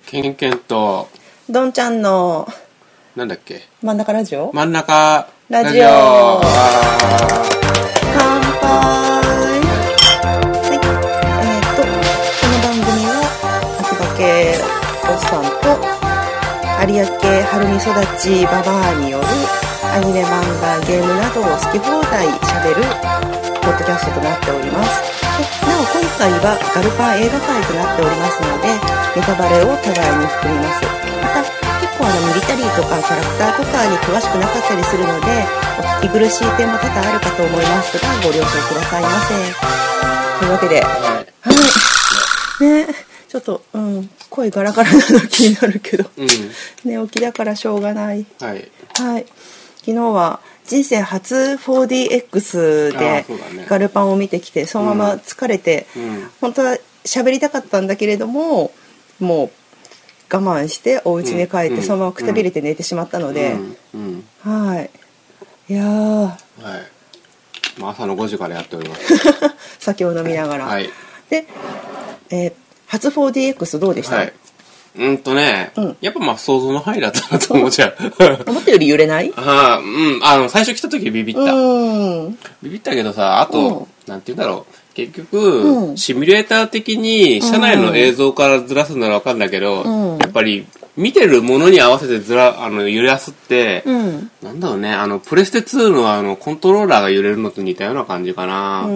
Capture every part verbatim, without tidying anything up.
ケンケンとどんちゃんのなんだっけ真ん中ラジオ真ん中ラジオあ乾杯。はい、えー、っとこの番組は秋葉系おっさんと有明晴海育ちババアによるアニメ漫画ゲームなどを好き放題しゃべるポッドキャストとなっております。でなお今回はガルパン映画会となっておりますのでネタバレを互いに含みます。また結構あのミリタリーとかキャラクターとかに詳しくなかったりするのでお聞き苦しい点も多々あるかと思いますがご了承くださいませ。というわけで、はい、ね、ちょっと、うん、声ガラガラなの気になるけど、うん、寝起きだからしょうがない。はい、はい、昨日は人生初 フォーディーエックス でガルパンを見てきてそのまま疲れて、うん、本当は喋りたかったんだけれどももう我慢してお家に帰ってそのままくたびれて寝てしまったので、うんうん、はいいやー、はい、 まあ、朝のごじからやっております酒を飲みながら、はい、で、えー、初 フォーディーエックス どうでした？はい、 うんとね、うん、やっぱまあ想像の範囲だったなと思っちゃう思ったより揺れない？ ああ、うん、あの最初来た時ビビった、うん、ビビったけどさ、あと、うん、なんて言うんだろう、結局、うん、シミュレーター的に車内の映像からずらすなら分かるんだけど、うん、やっぱり見てるものに合わせてずらあの揺らすって、うん、なんだろうね、あのプレステツーのあのコントローラーが揺れるのと似たような感じかな、うん、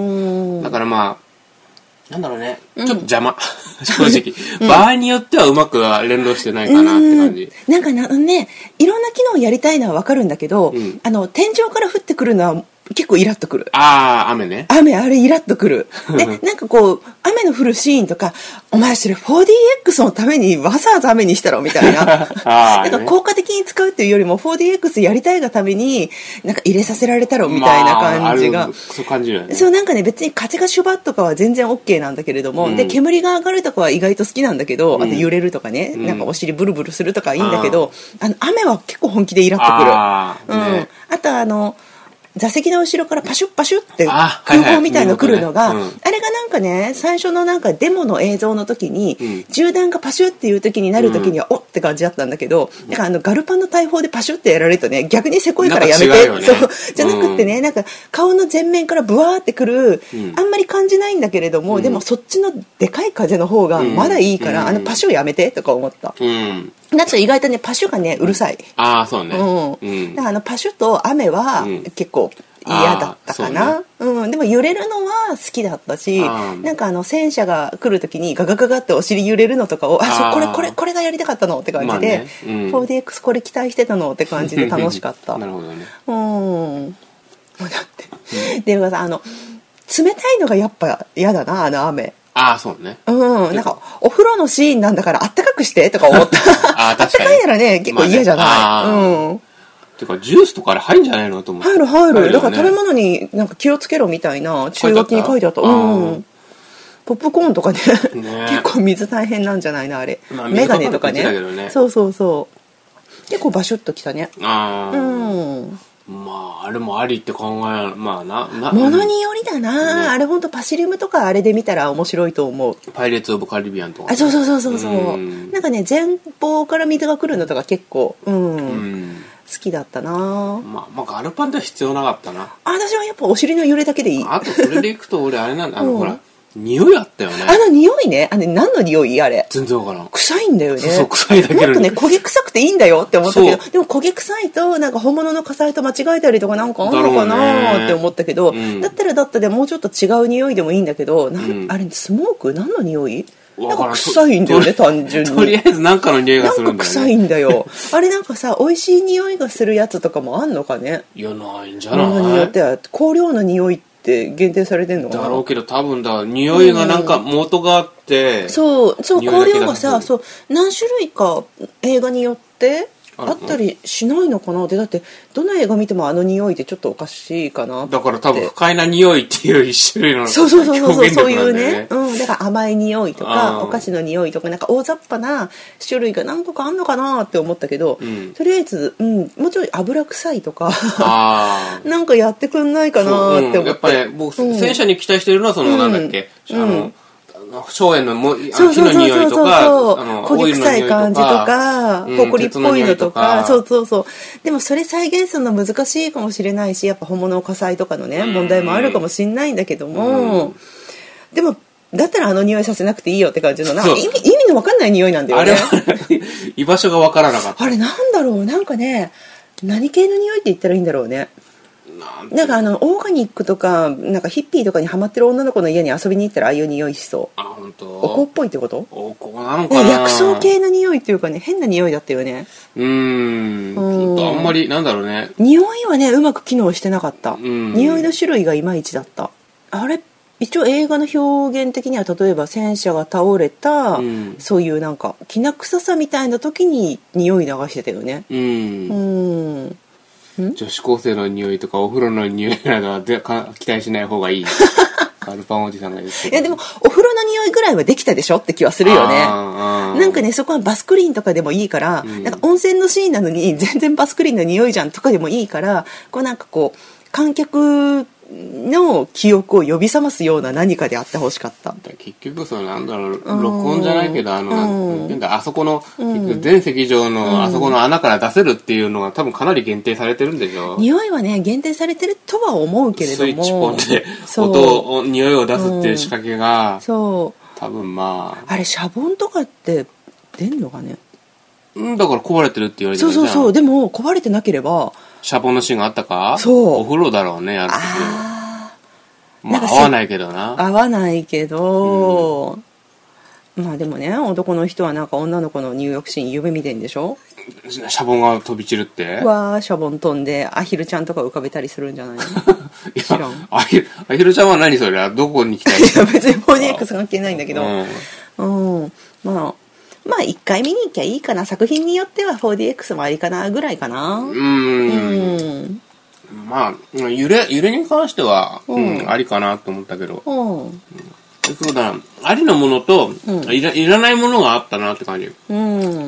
だからまあなんだろうね、ちょっと邪魔、うん、正直、うん、場合によってはうまく連動してないかなって感じ。 なんかなね、いろんな機能やりたいのは分かるんだけど、うん、あの天井から降ってくるのは結構イラッとくる。 ああ、雨ね。 雨、あれイラッとくる。で、なんかこう雨の降るシーンとか、お前それ フォーディーエックス のためにわざわざ雨にしたろみたいな。なんか効果的に使うっていうよりも フォーディーエックス やりたいがためになんか入れさせられたろみたいな感じが。まあ、 そう感じるよね。 そうなんかね、別に風がシュバッとかは全然 OK なんだけれども、うん、で煙が上がるとかは意外と好きなんだけど、うん、あと揺れるとかね、うん、なんかお尻ブルブルするとかいいんだけど、あの雨は結構本気でイラッとくる。あ、ね、うん。あとあの。座席の後ろからパシュッパシュッって空砲みたいの来るのが、はいはい、ね、うん、あれがなんかね最初のなんかデモの映像の時に、うん、銃弾がパシュッっていう時になる時には、うん、おって感じだったんだけど、だからあのガルパンの大砲でパシュッってやられるとね逆にせこいからやめて、ね、そうじゃなくってね、うん、なんか顔の前面からブワーってくる、うん、あんまり感じないんだけれども、うん、でもそっちのでかい風の方がまだいいから、うん、あのパシュやめてとか思った、うん、だと意外とねパシュがねうるさい、 ああそうね、 うんうん、だからあのパシュと雨は結構嫌だったかな、ね、うん、でも揺れるのは好きだったし、なんかあの戦車が来る時にガガガガってお尻揺れるのとかを、ああ、これこれこれがやりたかったのって感じで、まあね、うん、フォーディーエックス これ期待してたのって感じで楽しかったなるほどね、 うん、だってでもさ、あの冷たいのがやっぱ嫌だな、あの雨。 ああそうね、 うん、なんかお風呂のシーンなんだからあったかくしてとか思ったあ, あったかいならね結構嫌じゃない、まあね、うん、 てかジュースとかあれ入るんじゃないのと思って。 入る入る、入るよね、だから食べ物になんか気をつけろみたいな注意書きに書いてあった。うん、ポップコーンとか ね, ね結構水大変なんじゃないのあれ、まあ、メガネとか ね, ねそうそうそう結構バシュッときたね。あ、うん、 まああれもありって考え、まあななものによりだな、ね、あれほんとパシリムとかあれで見たら面白いと思う。 パイレーツ・オブ・カリビアンとか、 あ、そうそうそうそうそう、うん、なんかね前方から水が来るのとか結構うん、うん好きだったな。 まあ、まあガルパンって必要なかったな。 私はやっぱお尻の揺れだけでいい。 あとそれでいくと俺あれなんだ、あの、うん、ほら匂いあったよね。 あの匂いね、あれ何の匂いあれ。 全然わからん。 臭いんだよね。 そうそう臭いだけど、ね、 もっとね焦げ臭くていいんだよって思ったけど、でも焦げ臭いとなんか本物の火災と間違えたりとかなんかあんのかなって思ったけど、だ、うん、だったらだったでもうちょっと違う匂いでもいいんだけど、なん、うん、あれスモーク何の匂い？なんか臭いんだよね単純に。 とりあえずなんかの匂いがするんだよね。なんか臭いんだよ。あれなんかさ美味しい匂いがするやつとかもあんのかね。 いやないんじゃない。 物によっては香料の匂いって限定されてんのかな。 だろうけど多分だ匂いがなんか元があって、うん、 そうそう香料がさそう何種類か映画によってあったりしないのかな。でだってどの映画見てもあの匂いってちょっとおかしいかなって。 だから多分不快な匂いっていう一種類のそうそうそうそうそういうね、うん、だから甘い匂いとかお菓子の匂いとかなんか大雑把な種類が何個かあんのかなって思ったけど、うん、とりあえず、うん、もうちょい油臭いとかなんかやってくんないかなって思って、うん、 やっぱり、ね、僕、うん、戦車に期待してるのはその、うん、なんだっけ、あの、 硝煙のも木の匂いとか焦げ臭い感じとかほこりっぽいのとか、そうそうそう。でもそれ再現するの難しいかもしれないし、やっぱ本物の火災とかのね問題もあるかもしれないんだけども、でもだったらあの匂いさせなくていいよって感じの、なんか意味、意味の分かんない匂いなんだよね。 あれ居場所が分からなかった。 あれなんだろう、なんかね、何系の匂いって言ったらいいんだろうね。なんかあのオーガニックとかなんかヒッピーとかにハマってる女の子の家に遊びに行ったらああいう匂いしそう。 あ、本当。 お香っぽいってこと？ お香なのかな。 薬草系の匂いっていうかね、変な匂いだったよね。 うーん。ちょっとあんまりなんだろうね。 匂いはねうまく機能してなかった。匂いの種類がいまいちだった。あれ一応映画の表現的には例えば戦車が倒れた、うん、そういうなんかきな臭さみたいな時に匂い流してたよね。うん。 うん女子高生の匂いとかお風呂の匂いなどはでか期待しない方がいい。カルパンおじさんが言ってる。 いやでもお風呂の匂いぐらいはできたでしょって気はするよね。なんかねそこはバスクリーンとかでもいいから、うん、なんか温泉のシーンなのに全然バスクリーンの匂いじゃんとかでもいいから、こうなんかこう観客の記憶を呼び覚ますような何かであってほしかった。 結局そのなんだろう、録音じゃないけどあの、うん、なんだあそこの、うん、全席上のあそこの穴から出せるっていうのが多分かなり限定されてるんでしょ。 匂いはね限定されてるとは思うけれども、 スイッチポンで音を匂いを出すっていう仕掛けが、うん、そう多分まああれシャボンとかって出んのかね。 うんだから壊れてるって言われてるじゃん。 そうそうそう。でも壊れてなければシャボンのシーンがあったか。 そうお風呂だろうねやると。あまあ合わないけどな。 合わないけど、うん、まあでもね男の人はなんか女の子の入浴シーン夢見てんでしょ。 シャボンが飛び散るって。 わーシャボン飛んでアヒルちゃんとか浮かべたりするんじゃないの。 い知らん。アヒルアヒルちゃんは何それどこに来たい。 いや別に フォーディーエックス 関係ないんだけど、うん、うん、まあまあいっかい見に行きゃいいかな。作品によっては フォーディーエックス もありかなぐらいかな。うんうんまあ揺れ揺れに関しては、うんうん、ありかなと思ったけど、うんうん、そうだなありのものと、うん、い, らいらないものがあったなって感じ、うん、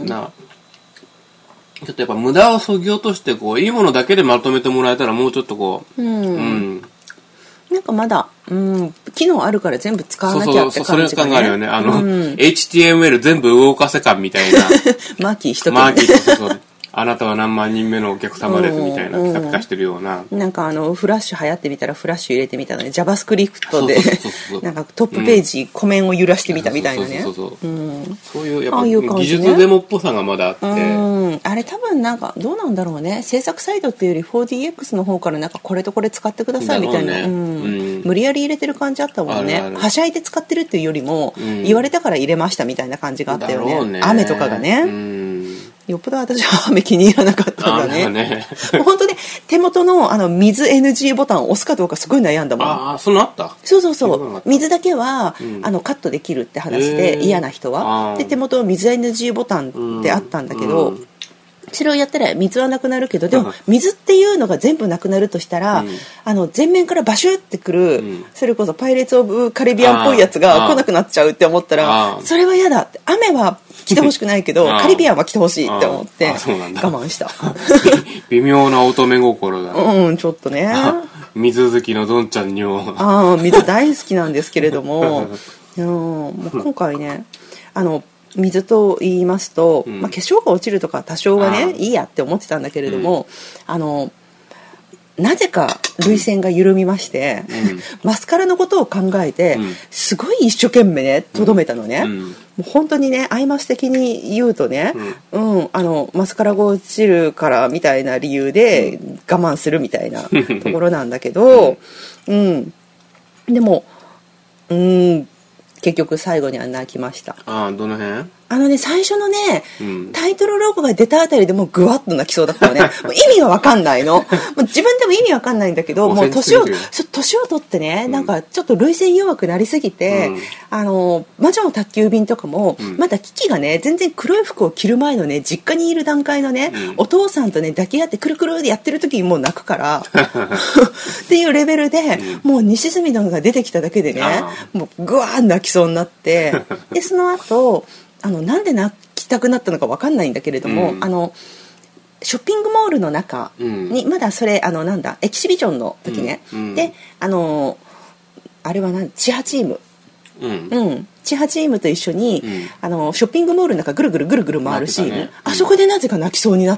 なちょっとやっぱ無駄をそぎ落としてこういいものだけでまとめてもらえたらもうちょっとこう、うんうん、 なんかまだ、うん、機能あるから全部使わなきゃって感じがね。そうそうそれ考えるよね。あの、うん、エイチティーエムエル 全部動かせ感みたいな。 マーキー一つ。 マーキーそうそうそう。あなたは何万人目のお客様ですみたいなピカピカしてるような、 うん、なんかあのフラッシュ流行ってみたらフラッシュ入れてみたので JavaScript でなんかトップページ、うん、湖面を揺らしてみたみたいなね。 そういうやっぱ技術デモっぽさがまだあって、うん、 あれ多分なんかどうなんだろうね。制作サイドっていうより フォーディーエックス の方からなんかこれとこれ使ってくださいみたいな、ねうんうん、無理やり入れてる感じあったもんね。はしゃいで使ってるっていうよりも、うん、言われたから入れましたみたいな感じがあったよ ね, ね雨とかがね、うんよっぽど私は雨気に入らなかったんだね。ね本当ね手元のあの水 エヌジー ボタンを押すかどうかすごい悩んだもん。 ああそんなあった。 そうそうそう水だけは、うん、あのカットできるって話で嫌な人はで手元の水 エヌジー ボタンってあったんだけど、うんうんそれをやったら水はなくなるけどでも水っていうのが全部なくなるとしたら、うん、あの前面からバシュってくる、うん、それこそパイレーツ・オブ・カリビアンっぽいやつが来なくなっちゃうって思ったらそれは嫌だって。雨は来てほしくないけどカリビアンは来てほしいって思って我慢した。 微妙な乙女心だ、 ね、うんちょっとね水好きのどんちゃんにもあ水大好きなんですけれども、うん、もう今回ねあの水と言いますと、うんまあ、化粧が落ちるとか多少はねいいやって思ってたんだけれども、うん、あのなぜか涙腺が緩みまして、うん、マスカラのことを考えて、うん、すごい一生懸命ねとどめたのね、うん、もう本当にねアイマス的に言うとね、うんうん、あのマスカラが落ちるからみたいな理由で我慢するみたいなところなんだけど、うん、でもうん結局最後には泣きました。 ああどの辺？ あのね最初のね、うん、タイトルロゴが出たあたりでもうグワッと泣きそうだったのね。もう意味が分かんないの。もう自分でも意味分かんないんだけどもう年を年を取ってね、うん、なんかちょっと涙腺弱くなりすぎて、うん、あの魔女の宅急便とかも、うん、まだキキがね全然黒い服を着る前のね実家にいる段階のね、うん、お父さんとね抱き合ってくるくるでやってる時にもう泣くからっていうレベルで、うん、もう西住のが出てきただけでねもうグワー泣きそうになってでその後あのなんで泣きたくなったのか分かんないんだけれども、うん、あのショッピングモールの中に、うん、まだそれあのなんだエキシビジョンの時ね、うん、であのあれは何チアチーム、うんうん、 千葉チームと一緒に、 うん、 あのショッピングモールの中ぐるぐるぐるぐる回るシーン、ね、うん、あそこでなぜか泣きそうになって、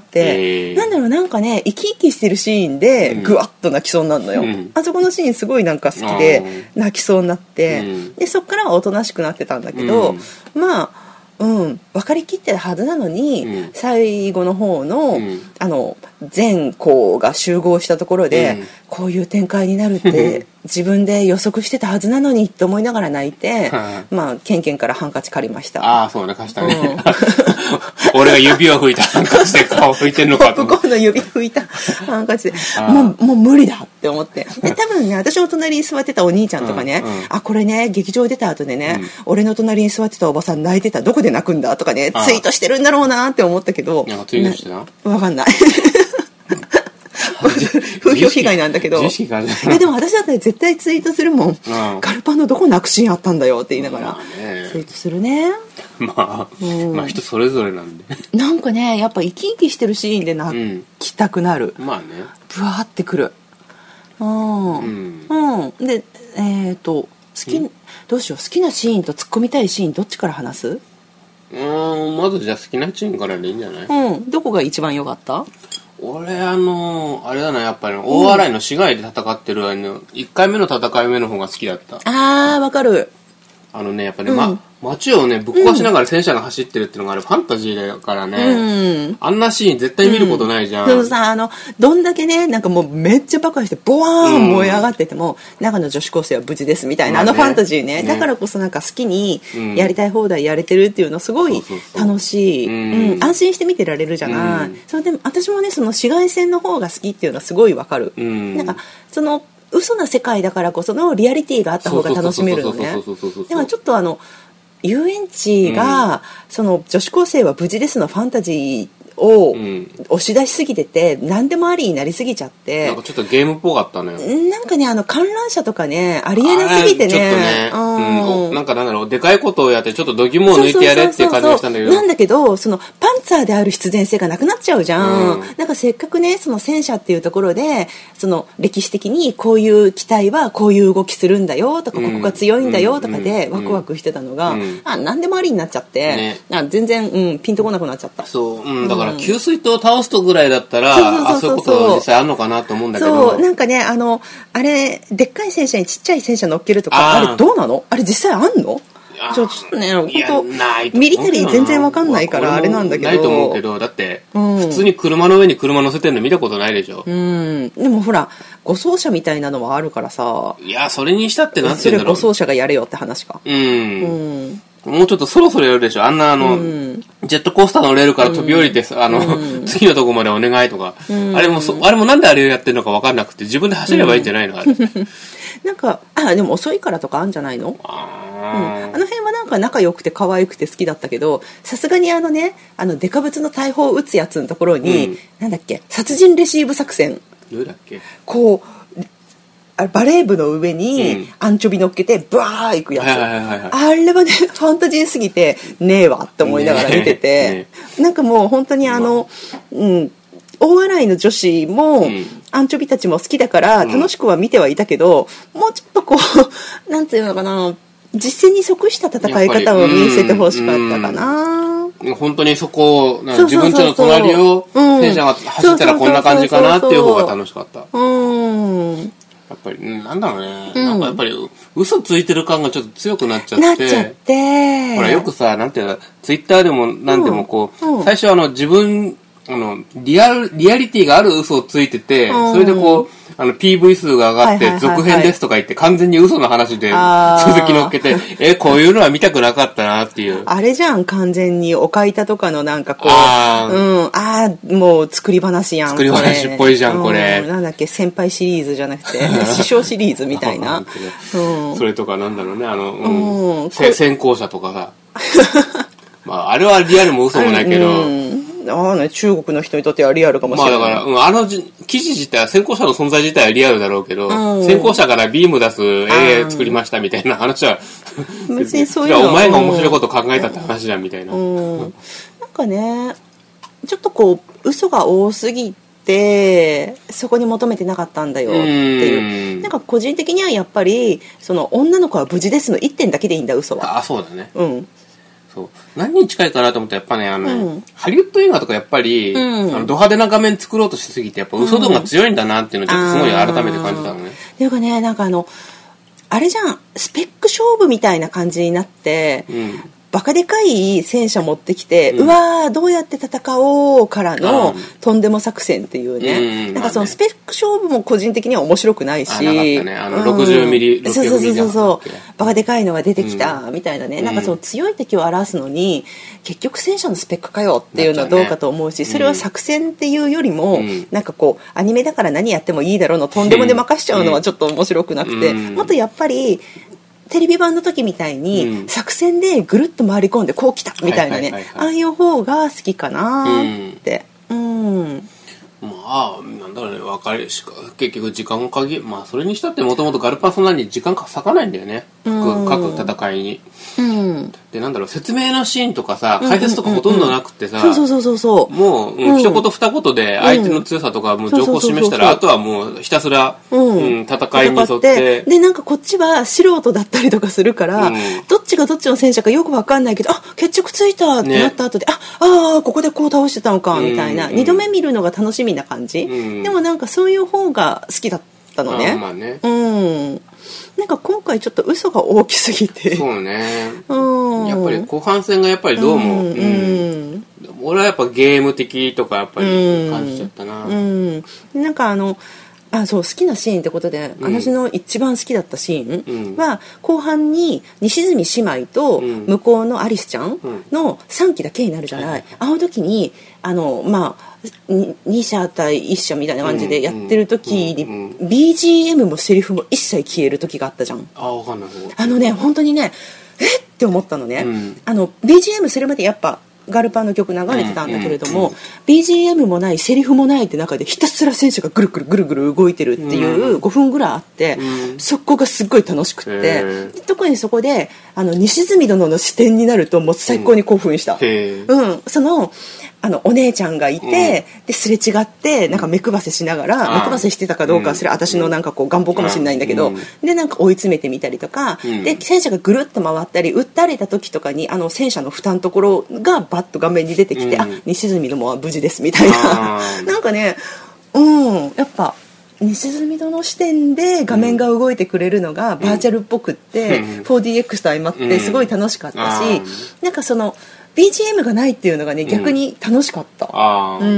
なんだろう、なんかね生き生きしてるシーンでぐわっと泣きそうになるのよ、うん、あそこのシーンすごいなんか好きで泣きそうになって、うん、でそっからはおとなしくなってたんだけど、うん、まあうん、分かりきってるはずなのに、うん、最後の方の、うん、あの全校が集合したところで、うん、こういう展開になるって自分で予測してたはずなのにって思いながら泣いてまあケンケンからハンカチ借りました。 ああそうね、貸したね、うん、俺が指を拭いたハンカチで顔拭いてんのかとここの指拭いたハンカチでもう、もう無理だって思ってで多分ね私の隣に座ってたお兄ちゃんとかね、うんうん、あこれね劇場出た後でね、うん、俺の隣に座ってたおばさん泣いてた、どこで泣くんだとかねツイートしてるんだろうなって思ったけど、 なんかツイートしてな分かんない風評被害なんだけどえでも私だったら絶対ツイートするもん、うん、ガルパンのどこ泣くシーンあったんだよって言いながら、まあね、ツイートするねまあ、うん、まあ人それぞれなんでなんかねやっぱ生き生きしてるシーンで泣きたくなる、 うん、まあねブワーってくるうん、うんうん、でえっ、ー、と好き、うん、どうしよう好きなシーンと突っ込みたいシーンどっちから話す？ うんまずじゃあ好きなシーンからでいいんじゃない？ うんどこが一番良かった？ 俺あのー、あれだなやっぱり大洗の市街で戦ってるあのいっかいめの戦い目の方が好きだった。 あーわかる。 あのねやっぱね、うん、ま街をねぶっ壊しながら戦車が走ってるっていうのがあるファンタジーだからね、うん、あんなシーン絶対見ることないじゃん、うん、 でもさあのどんだけねなんかもうめっちゃ爆破してボワーン燃え上がってても、うん、中の女子高生は無事ですみたいな、まあね、あのファンタジーね、ねだからこそなんか好きにやりたい放題やれてるっていうのすごい楽しい、うん、安心して見てられるじゃない、うん、それで私もねその紫外線の方が好きっていうのはすごいわかる、うん、なんかその嘘な世界だからこそのリアリティがあった方が楽しめるのね。でもちょっとあの遊園地が、うん、その女子高生は無事ですのファンタジーを押し出しすぎてて、うん、何でもありになりすぎちゃってなんかちょっとゲームっぽかったのよ。 なんかねあの観覧車とかねありえなすぎてねちょっとね、 うんうん、なんかなんだろうでかいことをやってちょっと度肝を抜いてやれっていう感じがしたんだけどなんだけどそのパンツァーである必然性がなくなっちゃうじゃん、うん、なんかせっかくねその戦車っていうところでその歴史的にこういう機体はこういう動きするんだよとか、うん、ここが強いんだよとかでワクワクしてたのが、うん、あ何でもありになっちゃって、ね、あ全然、うん、ピンとこなくなっちゃった。 そう、うん、だから給水塔倒すとぐらいだったらあそういうこと実際あるのかなと思うんだけどそうなんかねあのあれでっかい戦車にちっちゃい戦車乗っけるとか あ, あれどうなのあれ実際あんのちょっとね本当ミリタリー全然わかんないからあれなんだけどないと思うけどだって、うん、普通に車の上に車乗せてるの見たことないでしょ、 うん、でもほら護送車みたいなのはあるからさいやそれにしたってなんて言うんだろう護送車がやれよって話かうん、うんもうちょっとそろそろやるでしょあんなあの、うん、ジェットコースター乗れるから飛び降りて、うん、あの、うん、次のとこまでお願いとか、うん、あれもそあれもなんであれをやってるのか分かんなくて自分で走ればいいんじゃないの、うん、あれなんかあでも遅いからとかあるんじゃないのあ,、うん、あの辺はなんか仲良くて可愛くて好きだったけどさすがにあのねあのデカブツの大砲を撃つやつのところに、うん、なんだっけ殺人レシーブ作戦どうだっけこうあバレー部の上にアンチョビ乗っけてブワーいくやつ、あれはねファンタジーすぎてねえわって思いながら見てて、ねね、なんかもう本当にあの、うん、大洗の女子も、うん、アンチョビたちも好きだから楽しくは見てはいたけど、うん、もうちょっとこうなんていうのかな実践に即した戦い方を見せてほしかったかな。 本当にそこを自分家の隣を戦車が走ったらこんな感じかなっていう方が楽しかった。うんやっぱりなんだろうね、うん、なんかやっぱり嘘ついてる感がちょっと強くなっちゃってなっちゃってほらよくさなんていうのツイッターでもなんでもこう、うんうん、最初あの自分あのリアルリアリティがある嘘をついてて、うん、それでこうあの ピーブイ 数が上がって続編ですとか言って完全に嘘の話で続き乗っけてえこういうのは見たくなかったなっていうあれじゃん完全におかいたとかのなんかこうあー、うん、あーもう作り話やん作り話っぽいじゃんこれ、 うん、なんだっけ先輩シリーズじゃなくて師匠シリーズみたいな、 うん、それとかなんだろうねあの、うんうん、先行者とかさまああれはリアルも嘘もないけど、うんああね、中国の人にとってはリアルかもしれない。 まあだから、うん、あの記事自体は先行者の存在自体はリアルだろうけど、うん、先行者からビーム出す エーアイ 作りましたみたいな話は別にそういうのお前が面白いこと考えたって話じゃんみたいな、 うんうん、なんかねちょっとこう嘘が多すぎてそこに求めてなかったんだよっていう、なんか個人的にはやっぱりその女の子は無事ですのいってんだけでいいんだ、嘘は。 あ、そうだね。 うん。 そう何に近いかなと思ったらやっぱね、あの、うん、ハリウッド映画とかやっぱり、うん、あのド派手な画面作ろうとしすぎてやっぱ嘘度が強いんだなっていうのをちょっとすごい改めて感じたのね。 っていうかね、なんかあのあれじゃん、スペック勝負みたいな感じになって、うん、バカでかい戦車持ってきて、うん、うわーどうやって戦おうからの、うん、とんでも作戦っていうね、うん、なんかそのスペック勝負も個人的には面白くないし、あ、なかったね、あのろくじゅうミリ、うん、そうそうそうそうバカでかいのが出てきたみたいなね、うん、なんかその強い敵を表すのに結局戦車のスペックかよっていうのはどうかと思うし、ね、それは作戦っていうよりも、うん、なんかこうアニメだから何やってもいいだろうのとんでもで任しちゃうのはちょっと面白くなくて、うん、もっとやっぱりテレビ版の時みたいに、うん、作戦でぐるっと回り込んでこう来たみたいなね、はいはいはいはい、ああいう方が好きかなって、うん、うん、 まあなんだろうね、分かりしか結局時間かけ、まあそれにしたってもともとガルパンそんなに時間か割かないんだよね、うん、各戦いに、うん、でなんだろう、説明のシーンとかさ解説とかほとんどなくてさ、 そうそうそうそう、 もう、うん、一言二言で相手の強さとかもう情報を示したら、あとはもうひたすら、うんうん、戦いに沿ってで、なんかこっちは素人だったりとかするから、うん、どっちがどっちの戦車かよく分かんないけど、あ決着ついたってなった後で、ね、ああここでこう倒してたのかみたいな、うん、にどめ見るのが楽しみな感じ、うん、でもなんかそういう方が好きだったのね。 あ、まあね、 うん、なんか今回ちょっと嘘が大きすぎて、 そうね、うん、やっぱり後半戦がやっぱりどうも、うんうん、俺はやっぱゲーム的とかやっぱり感じちゃったな、 うんうん、なんかあのあそう好きなシーンってことで、うん、私の一番好きだったシーンは、うん、後半に西住姉妹と向こうのアリスちゃんのさんきだけになるじゃない、うん、あの時にあのまあに社対いち社みたいな感じでやってる時に ビージーエム もセリフも一切消える時があったじゃん。 あ、わかんない。 あのね本当にねえって思ったのね、うん、あの ビージーエム それまでやっぱガルパンの曲流れてたんだけれども、うんうん、ビージーエム もないセリフもないって中でひたすら選手がぐるぐるぐるぐる動いてるっていうごふんぐらいあって、うん、そこがすっごい楽しくって特にそこであの西住殿の視点になるともう最高に興奮した、うん、そのあのお姉ちゃんがいて、うん、ですれ違ってなんか目配せしながら、うん、目配せしてたかどうかはそれは私のなんかこう願望かもしれないんだけど、うん、でなんか追い詰めてみたりとか、うん、で戦車がぐるっと回ったり撃たれた時とかにあの戦車の蓋のところがバッと画面に出てきて、うん、あ西住殿は無事ですみたいななんかね、うんやっぱ西住殿視点で画面が動いてくれるのがバーチャルっぽくって、うん、フォーディーエックス と相まってすごい楽しかったし、うん、なんかそのビージーエム がないっていうのがね逆に楽しかった、うん、あ、うん、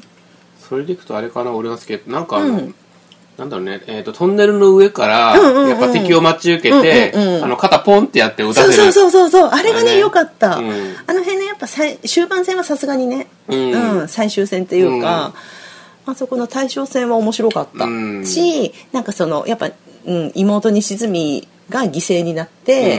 それでいくとあれかな、俺が好きなんかあの、うん、なんだろうね、えーと、トンネルの上からやっぱ敵を待ち受けて、うんうんうん、あの肩ポンってやって撃たせる、 そうそうそうそうあれがね良かった、うん、あの辺ねやっぱ最終盤戦はさすがにね、うんうん、最終戦っていうか、うん、あそこの大将戦は面白かった、うん、しなんかそのやっぱ、うん、妹西住が犠牲になって、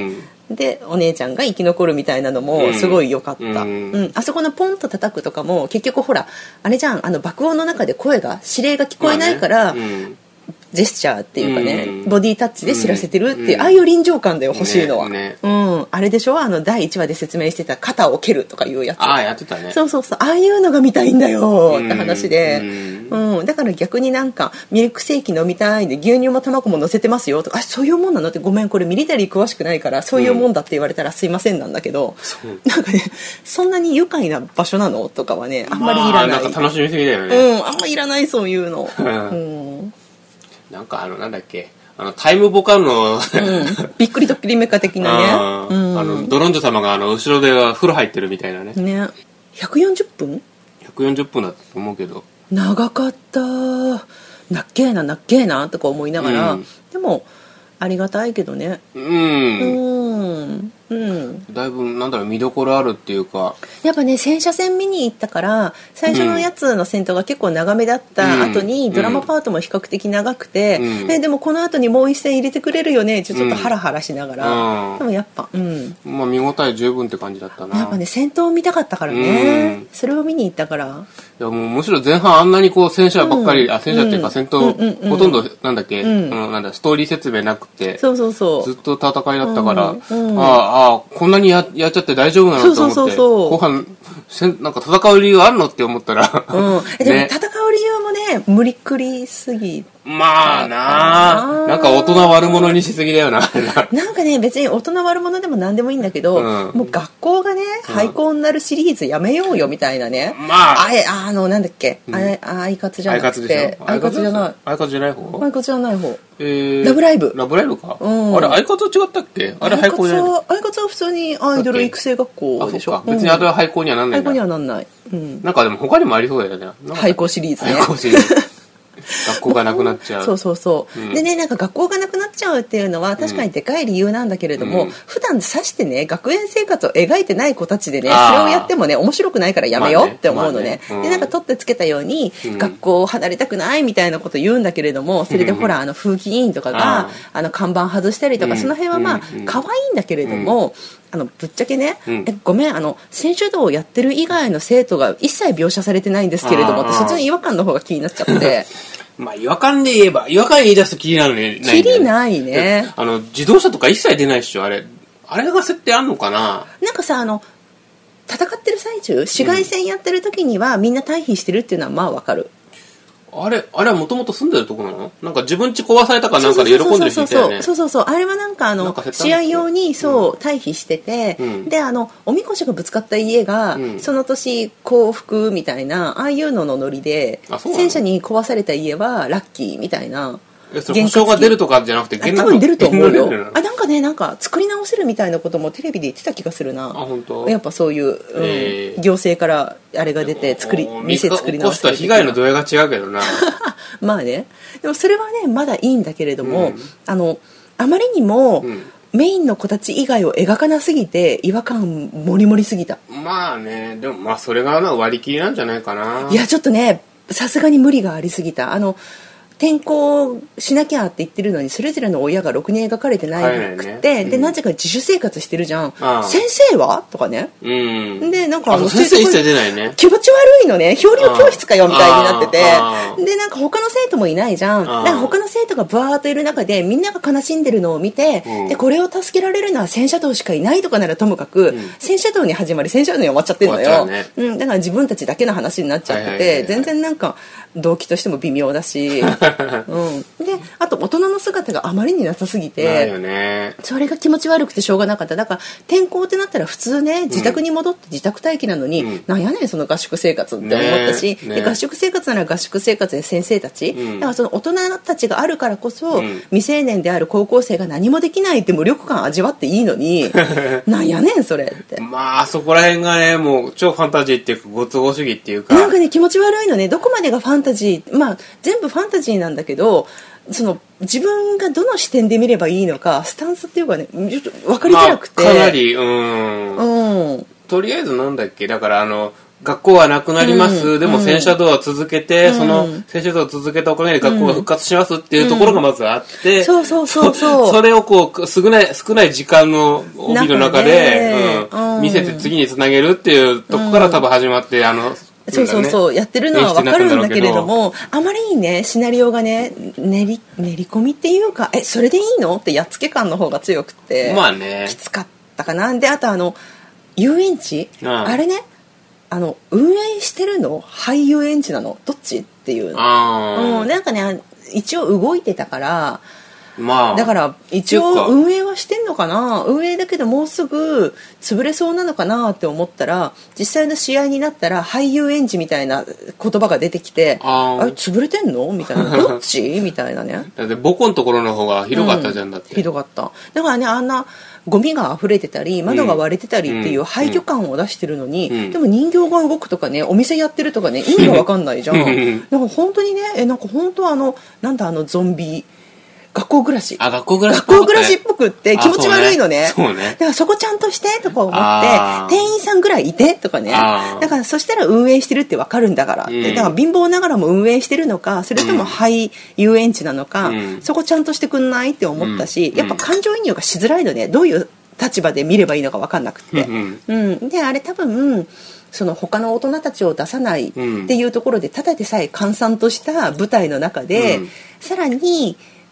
うんでお姉ちゃんが生き残るみたいなのもすごい良かった、うんうん、あそこのポンと叩くとかも結局ほらあれじゃん、あの爆音の中で声が指令が聞こえないから、まあねうん、ジェスチャーっていうかね、うん、ボディタッチで知らせてるっていう、うん、ああいう臨場感だよ欲しいのは、ねね、うん、あれでしょ、あのだいいちわで説明してた肩を蹴るとかいうやつ、 ああやってたね、 そうそうそう、ああいうのが見たいんだよって話で、うんうん、だから逆になんかミルクセーキ飲みたいんで牛乳も卵も乗せてますよとか、あそういうもんなのって、ごめんこれミリタリー詳しくないからそういうもんだって言われたらすいませんなんだけど、うん、なんかねそんなに愉快な場所なのとかはねあんまりいらない、まあ、 なんか楽しみすぎだよね、 うん、あんまりいらないそういうの、うんなんかあのなんだっけあのタイムボカンの、うん、 びっくりドッキリメカ的なねあ、うん、あのドロンジョ様があの後ろで風呂入ってるみたいなねねひゃくよんじゅっぷんひゃくよんじゅっぷんだったと思うけど長かったなっけーななっけーなとか思いながら、うん、でもありがたいけどねうんうんうん、だいぶなんだろう見どころあるっていうかやっぱね戦車戦見に行ったから最初のやつの戦闘が結構長めだった後に、うん、ドラマパートも比較的長くて、うん、えでもこの後にもう一戦入れてくれるよねちょっとハラハラしながら、うん、でもやっぱ、うんまあ、見応え十分って感じだったな。 やっぱね戦闘を見たかったからね、うん、それを見に行ったから。 いやもうむしろ前半あんなにこう戦車ばっかり、うん、あ戦車っていうか戦闘、うんうん、ほとんどなんだっけ、うん、あのなんだストーリー説明なくてそうそうそうずっと戦いだったから、うんうん、あああこんなに や, やっちゃって大丈夫なのと思って、そうそうそうそう後半せんなんか戦う理由あるのって思ったら、 うん、でも戦う理由もねね無理くりすぎまあなあなんか大人悪者にしすぎだよななんかね別に大人悪者でも何でもいいんだけど、うん、もう学校がね、うん、廃校になるシリーズやめようよみたいなね、 まああれあのなんだっけ、うん、あれアイカツじゃなくてアイカツじゃないアイカツじゃない方アイカツじゃない方えー、 ラブライブラブライブか、うん、あれアイカツ違ったっけあれ廃校じゃないアイカツは普通にアイドル育成学校でしょ、 あ、別にあれは廃校にはなんないんだ、 廃校にはなんない、うん、 なんかでも他にもありそうだよね廃校シリーズね廃校シリーズ学校がなくなっちゃうそうそうそう、うん、でねなんか学校がなくなっちゃうっていうのは確かにでかい理由なんだけれども、うん、普段さしてね学園生活を描いてない子たちでねそれをやってもね面白くないからやめようって思うのね、まあねまあねうん、でなんか取ってつけたように、うん、学校を離れたくないみたいなこと言うんだけれどもそれでほらあの風紀委員とかが、うん、あの看板外したりとか、うん、その辺はまあ可愛いんだけれども、うんあのぶっちゃけね、うん、えごめんあの選手道をやってる以外の生徒が一切描写されてないんですけれどもってそっちの違和感の方が気になっちゃってまあ違和感で言えば違和感言い出すと気になるね気にないねあの自動車とか一切出ないっしょあれあれが設定あんのかななんかさあの戦ってる最中市街戦やってる時には、うん、みんな退避してるっていうのはまあわかるあれあれはもともと住んでるとこなのなんか自分家壊されたかなんかで喜んでる人いたよねそうそうそうそうあれはなんかあの試合用にそう、うん、退避してて、うん、であのおみこしがぶつかった家が、うん、その年幸福みたいなああいうののノリで戦車に壊された家はラッキーみたいなそれ保証が出るとかじゃなくて多分出ると思うよあなんかねなんか作り直せるみたいなこともテレビで言ってた気がするなあ本当やっぱそういう、うんえー、行政からあれが出て作り店作り直せる起こした被害の度合いが違うけどなまあねでもそれはねまだいいんだけれども、うん、あのあまりにも、うんメインの子たち以外を描かなすぎて違和感もりもりすぎたまあねでもまあそれが割り切りなんじゃないかないやちょっとねさすがに無理がありすぎたあの転校しなきゃって言ってるのにそれぞれの親がろくに描かれてなくて、はいねうん、でなぜか自主生活してるじゃん先生はとかね、うん、でなんかあの先生一切出ないね気持ち悪いのね漂流教室かよみたいになっててでなんか他の生徒もいないじゃんだから他の生徒がブワーっといる中でみんなが悲しんでるのを見て、うん、でこれを助けられるのは戦車道しかいないとかならともかく、うん、戦車道に始まり戦車道に終わっちゃってるのよ、ねうん、だから自分たちだけの話になっちゃってて、はいはいはいはい、全然なんか動機としても微妙だし、うん、であと大人の姿があまりになさすぎてないよねそれが気持ち悪くてしょうがなかっただから転校ってなったら普通ね自宅に戻って自宅待機なのに、うん、なんやねんその合宿生活って思ったし、ねね、で合宿生活なら合宿生活で先生たち、うん、だからその大人たちがあるからこそ、うん、未成年である高校生が何もできないって無力感味わっていいのになんやねんそれってまあそこら辺がねもう超ファンタジーっていうかご都合主義っていうかなんかね気持ち悪いのねどこまでがファンファンタジー、まあ、全部ファンタジーなんだけどその自分がどの視点で見ればいいのかスタンスっていうかねちょっと分かりづらくて、 まあ、かなりうん、うん、とりあえずなんだっけだからあの学校はなくなります、うん、でも戦車道は続けて、うん、その戦車道を続けたおかげで学校が復活しますっていうところがまずあって、 うん、そうそうそうそうそ, それをこう少ない少ない時間の帯の中で、うんうん、見せて次につなげるっていうところから多分始まってあのそうそうそうやってるのは分かるんだけれどもあまりにねシナリオがね練り、練り込みっていうかえそれでいいのってやっつけ感の方が強くて、 まあね、 きつかったかなであとあの遊園地、うん、あれねあの運営してるの廃遊園地なのどっちっていうの、うん、なんかね一応動いてたからまあ、だから一応運営はしてんのかな運営だけどもうすぐ潰れそうなのかなって思ったら実際の試合になったら廃遊園地みたいな言葉が出てきてああれ潰れてんのみたいなどっちみたいなねだって母校のところの方がひどかったじゃんだって、うん、 ひどかっただからねあんなゴミが溢れてたり窓が割れてたりっていう廃墟感を出してるのに、うんうん、でも人形が動くとかねお店やってるとかね意味が分かんないじゃんなんか本当にねえなんか本当あのなんだあのゾンビ学校暮らしあ学校暮らしっ学校暮らしっぽくって気持ち悪いのね。 そうね。 だからそこちゃんとしてとか思って店員さんぐらいいてとかね。だからそしたら運営してるってわかるんだからって、うん、だから貧乏ながらも運営してるのかそれとも廃遊園地なのか、うん、そこちゃんとしてくんないって思ったし、うん、やっぱ感情移入がしづらいのねどういう立場で見ればいいのかわかんなくて、うんうん、であれ多分その他の大人たちを出さないっていうところでただでさえ閑散とした舞台の中で、うん、さらに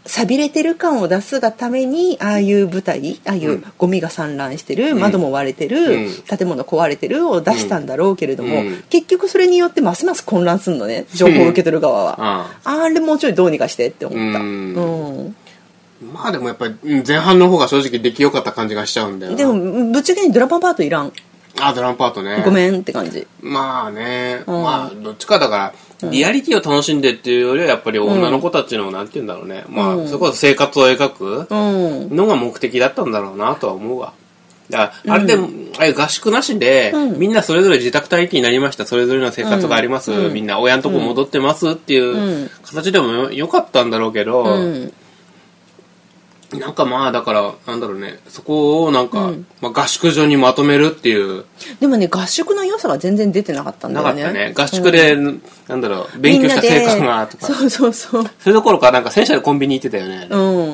寂れてる感を出すがためにああいう舞台、ああいうゴミが散乱してる、うん、窓も割れてる、うん、建物壊れてるを出したんだろうけれども、うん、結局それによってますます混乱するのね、情報を受け取る側は、うん、あ, あれもうちょいどうにかしてって思った。うん、うん、 まあでもやっぱり前半の方が正直出来良かった感じがしちゃうんだよな。 でもぶっちゃけにドラマパートいらん。 あ、ドラマパートね。 ごめんって感じ。 まあね、うん、まあどっちかだからリアリティを楽しんでっていうよりはやっぱり女の子たちのなんて言うんだろうね、うん、まあそれこそ生活を描くのが目的だったんだろうなとは思うわ。だからあれで、うん、あれ合宿なしで、うん、みんなそれぞれ自宅待機になりました、それぞれの生活があります、うん、みんな親のとこ戻ってますっていう形でも よ, よかったんだろうけど、うん、なんかまあだからなんだろうね、そこをなんか、うん、まあ、合宿所にまとめるっていう。 でもね、合宿の良さが全然出てなかったんだよね。 なかったね。合宿で、うん、なんだろう、勉強した成果がとか、 そうそうそう、 それどころかなんか戦車でコンビニ行ってたよね。 うん、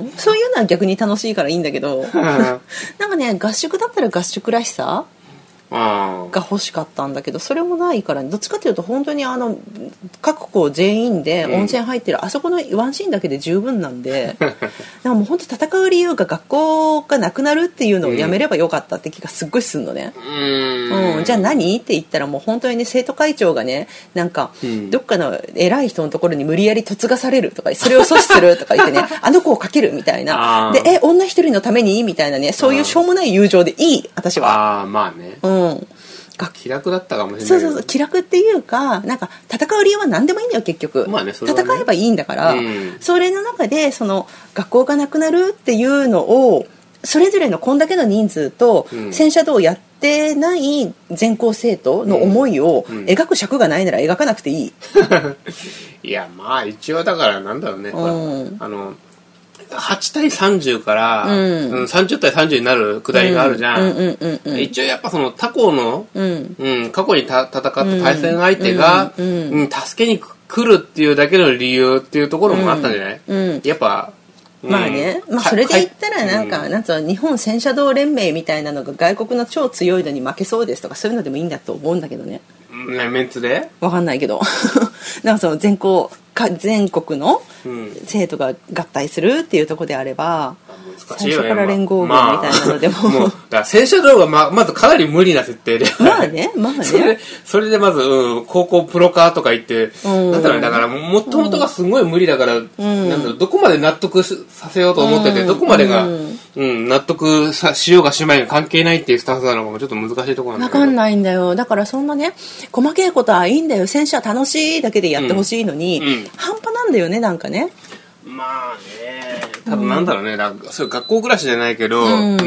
そういうのは逆に楽しいからいいんだけどなんかね、合宿だったら合宿らしさが欲しかったんだけど、それもないから、ね、どっちかというと本当にあの各校全員で温泉入ってる、うん、あそこのワンシーンだけで十分なんでだからもう本当戦う理由が学校がなくなるっていうのをやめればよかったって気がすっごいするのね、うんうん、じゃあ何って言ったらもう本当にね、生徒会長がね、なんか、うん、どっかの偉い人のところに無理やり嫁がされるとか、それを阻止するとか言ってねあの子をかけるみたいなで、え女一人のためにみたいなね、そういうしょうもない友情でいい、私は。 あ、まあね、 うん、 気楽だったかもしれない。 そうそうそう、気楽っていうか、なんか戦う理由は何でもいいんだよ結局、 まあね、それはね、 戦えばいいんだから、うん、それの中でその学校がなくなるっていうのをそれぞれのこんだけの人数と、うん、戦車道をやってない全校生徒の思いを描く尺がないなら描かなくていい、 いやまあ一応だからなんだろうね、うん、あのはち対さんじゅうから、うん、さんじゅう対さんじゅうになるくだりがあるじゃん。一応やっぱその他校の、うんうん、過去にた戦った対戦相手が、うんうん、助けに来るっていうだけの理由っていうところもあったんじゃない、うんうん、やっぱ、うん、 まあね、まあ、それで言ったらなんか、うん、なんつうの、日本戦車道連盟みたいなのが外国の超強いのに負けそうですとかそういうのでもいいんだと思うんだけどね。 ね、メンツでわかんないけどなんかその全校か全国の生徒が合体するっていうところであれば、難しいよね、最初から連合軍みたいなのでも、まあ、もうだから戦車道が ま, まずかなり無理な設定でまあねまあねそれでそれでまず、うん、高校プロカーとか行って、うん、なんだろうね、だからもともとがすごい無理だから、うん、なんだろう、どこまで納得させようと思ってて、うん、どこまでが、うんうん、納得さしようがしまいが関係ないっていうスタンスなのかもちょっと難しいところなんだけど、 分かんないんだよ。だからそんなね細けいことはいいんだよ、戦車楽しいだけでやってほしいのに、うんうん、半端なんだよね、なんかね。 まあね、多分なんだろうね、なんかそういう学校暮らしじゃないけど、うんうん、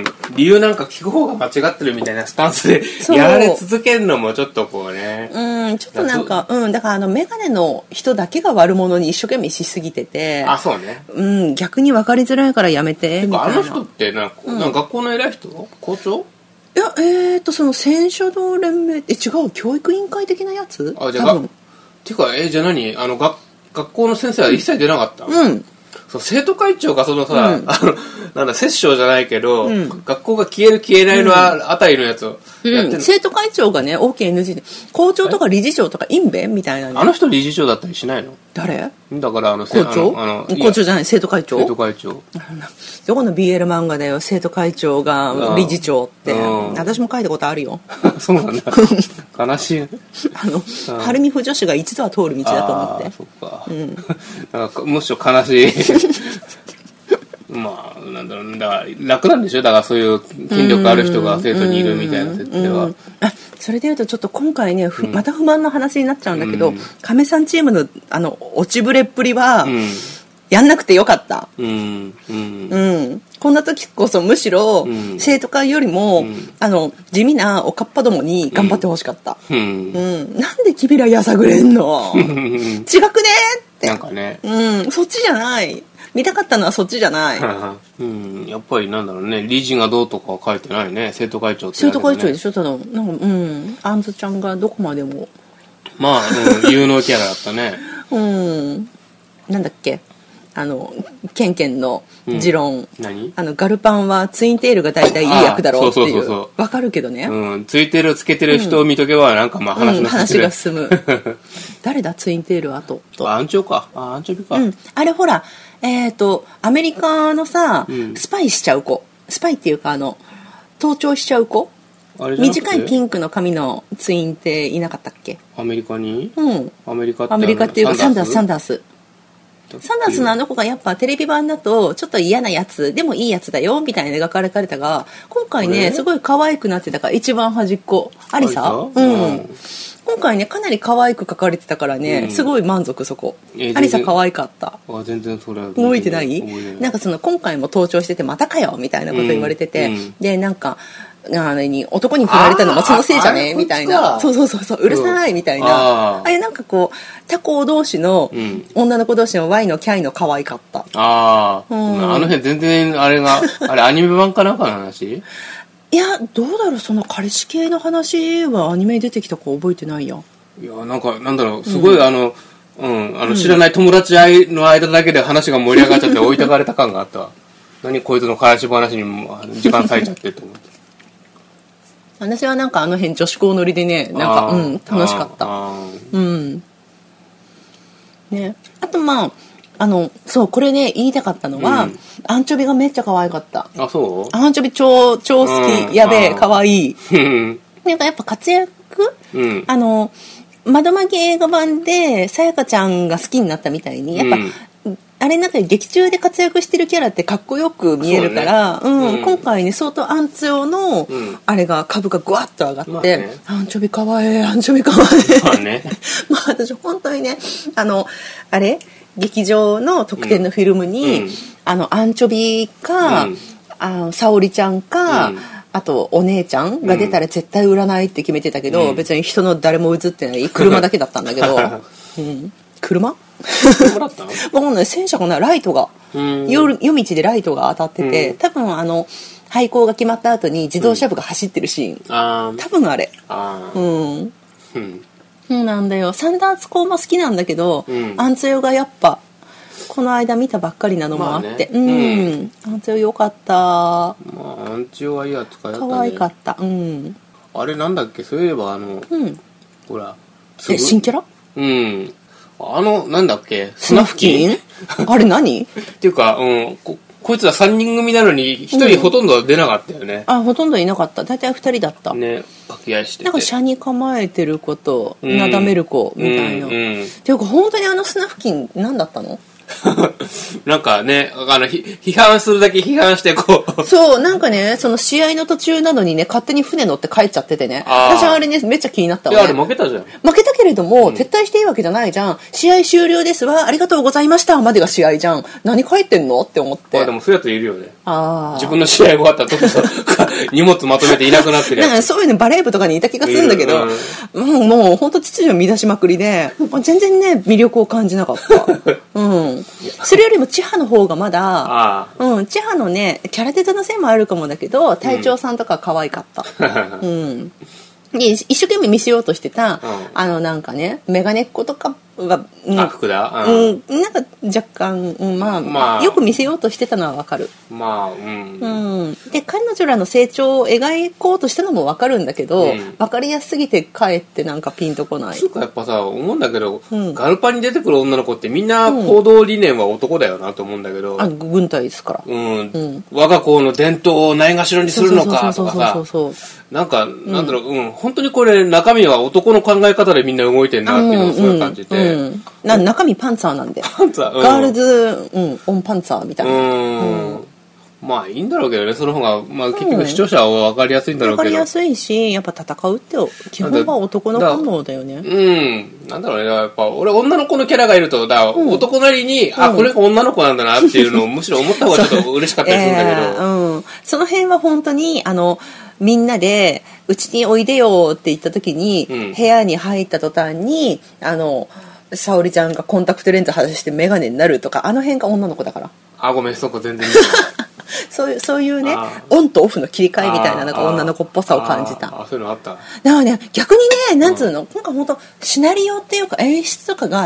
理由なんか聞く方が間違ってるみたいなスタンスでやられ続けるのもちょっとこうね、 うん、ちょっとなんか、うん、だからあのメガネの人だけが悪者に一生懸命しすぎてて、 あ、そうね、 うん、逆に分かりづらいからやめてみたいな。 あの人ってなんか、うん、なんか学校の偉い人、校長？ いや、えーとその戦車道連盟、え、違う、教育委員会的なやつ？ あ、じゃあ、ていうか、え、じゃあ何、あの学学校の先生は一切出なかった？ うん、 そう、生徒会長がそのさ、うん、あのなんだ、摂政じゃないけど、うん、学校が消える消えないのあたりのやつをやってんの、うん、 生徒会長がね オーケーエヌジー で校長とか理事長とかインベンみたいな、ね、 あの人理事長だったりしないの？ 誰？ だからあの校長？あの校長じゃない、生徒会長？ 生徒会長どこの ビーエル 漫画だよ、生徒会長が理事長って。私も書いたことあるよそうなんだ悲しいあの晴海婦女子が一度は通る道だと思って。 あ、そっか、うん、なんかむしろ悲しいまあなんだろう、だから楽なんでしょ、だからそういう権力ある人が生徒にいるみたいな設定は。 あ、それでいうとちょっと今回ね、うん、また不満の話になっちゃうんだけど、うん、亀さんチームのあの落ちぶれっぷりは、うん、やんなくてよかった、うんうんうん、こんな時こそむしろ、うん、生徒会よりも、うん、あの地味なおかっぱどもに頑張ってほしかった、うんうん、なんで君らやさぐれんの違くねってなんかね、 うん、そっちじゃない、見たかったのはそっちじゃないうん、やっぱりなんだろうね、理事がどうとかは書いてないね、生徒会長って、 ね、生徒会長でしょ、ただなんか、うん、あんずちゃんがどこまでもまあ、うん、有能キャラだったねうん、なんだっけ、 あのケンケンの持論、うん、 何あのガルパンはツインテールが大体いい役だろうっていう、そうそうそうそう、わかるけどね、 うん、ツインテールつけてる人を見とけばなんかまあ話の進む、うん、話が進む誰だツインテールはととアンチョかあアンチョビか、 うん、あれほらえっ、ー、とアメリカのさ、うん、スパイしちゃう子スパイっていうかあの盗聴しちゃう子あれ短いピンクの髪のツインっていなかったっけアメリカにうんアメリカってアメリカっていうかサンダースサンダースサンダースのあの子がやっぱテレビ版だとちょっと嫌なやつでもいいやつだよみたいな描かれたが今回ねすごい可愛くなってたから一番端っこアリサうん、今回ねかなり可愛く描かれてたからね、うん、すごい満足そこ、えー、アリサ可愛かったあ全然それは覚えてないなんかその今回も登場しててまたかよみたいなこと言われてて、うんうん、でなんかあに男に振られたのもそのせいじゃねみたいなそうそうそうそううるさいみたいな、うん、ああれなんかこう他校同士の、うん、女の子同士の Y のキャイの可愛かったああ、うん、あの辺全然あれがあれアニメ版かなんかの話いやどうだろうその彼氏系の話はアニメに出てきたか覚えてないやいやなんかなんだろうすごい、うん、あのうんあの知らない友達の間だけで話が盛り上がっちゃって置いてかれた感があった何こいつの彼氏話にも時間割いちゃってと思って私はなんかあの辺女子校乗りでねなんかうん楽しかったうんねあとまああのそうこれね言いたかったのは、うん、アンチョビがめっちゃ可愛かったあそうアンチョビ超超好き、うん、やべえ可愛いなんかやっぱ活躍、うん、あの窓マギ映画版でさやかちゃんが好きになったみたいにやっぱ、うん、あれなんか劇中で活躍してるキャラってかっこよく見えるから、う、ねうんうん、今回ね相当アンツヨの、うん、あれが株がグワッと上がって、まあね、アンチョビかわいいアンチョビかわいいまあねまあ私本当にねあのあれ劇場の特典のフィルムに、うん、あのアンチョビか、うん、あ沙織ちゃんか、うん、あとお姉ちゃんが出たら絶対売らないって決めてたけど、うん、別に人の誰も映ってない車だけだったんだけど、うん、車車だったのもうね戦車がないライトが夜夜道でライトが当たってて、うん、多分あの廃校が決まった後に自動車部が走ってるシーン、うん、多分あれあうん、うんそうなんだよサンダース校も好きなんだけど、うん、アンツヨがやっぱこの間見たばっかりなのもあって、まあね、うん、うん、アンツヨよかった、まあ、アンツヨはいい扱いだったね可愛かった、うん、 あれなんだっけそういえばあの、うん、ほらえ新キャラうんあのなんだっけスナフキンあれ何っていうか、うん、ここいつはさんにん組なのにひとりほとんど出なかったよね、 うん、あほとんどいなかった大体ふたりだったね掛け合いしててなんか車に構えてる子となだめる子みたいな、うんうんうん、っていうか本当にあのスナフキン何だったのなんかねあの批判するだけ批判してこうそうなんかねその試合の途中なのにね勝手に船乗って帰っちゃっててね私あれねめっちゃ気になったわ、ね、 いやあれ負けたじゃん負けたけれども、うん、撤退していいわけじゃないじゃん試合終了ですわありがとうございましたまでが試合じゃん何帰ってんのって思ってあでもそういうやついるよねあ自分の試合終わった時さ荷物まとめていなくなってるやつなんかそういうのバレー部とかにいた気がするんだけど、うん、もうもう本当秩序乱しまくりで全然ね魅力を感じなかったうんそれよりも千葉の方がまだうん千葉のねキャラデザのせいもあるかもだけど隊長さんとか可愛かった、うん、うんで一生懸命見せようとしてた、うん、あのなんかねメガネっ子とかは、 うん、あ福田、 うんうん、なんか若干、うん、まあ、まあ、よく見せようとしてたのはわかるまあうん、 うん、で彼女らの成長を描こうとしたのもわかるんだけど、うん、分かりやすすぎてかえってなんかピンとこないつうかやっぱさ思うんだけど、うん、ガルパに出てくる女の子ってみんな行動理念は男だよなと思うんだけど、うん、 あ軍隊ですから、 うんうん、我が校の伝統をないがしろにするのかとかさなんかなんだろう、うん、本当にこれ中身は男の考え方でみんな動いてんなっていうのをそういう感じで、うんうんな中身パンツァーなんでパンツァー、うん、 ガールズ、うん、オンパンツァーみたいなうん、 うん、まあいいんだろうけどねその方が、まあ、結局視聴者は分かりやすいんだろうけど、 分かりやすいしやっぱ戦うって基本は男の本能だよねうんなんだろうねやっぱ俺女の子のキャラがいるとだ、うん、男なりに、うん、あこれが女の子なんだなっていうのをむしろ思った方がちょっと嬉しかったりするんだけど、えーうん、 その辺は本当にあのみんなでうちにおいでよって言った時に、うん、部屋に入った途端にあの沙織ちゃんがコンタクトレンズ外してメガネになるとかあの辺が女の子だからあごめんそこ全然そういうそういうねオンとオフの切り替えみたいななんか女の子っぽさを感じたああそういうのあっただからね逆にねなんつうの、うん、今回本当シナリオっていうか演出とかがちょっと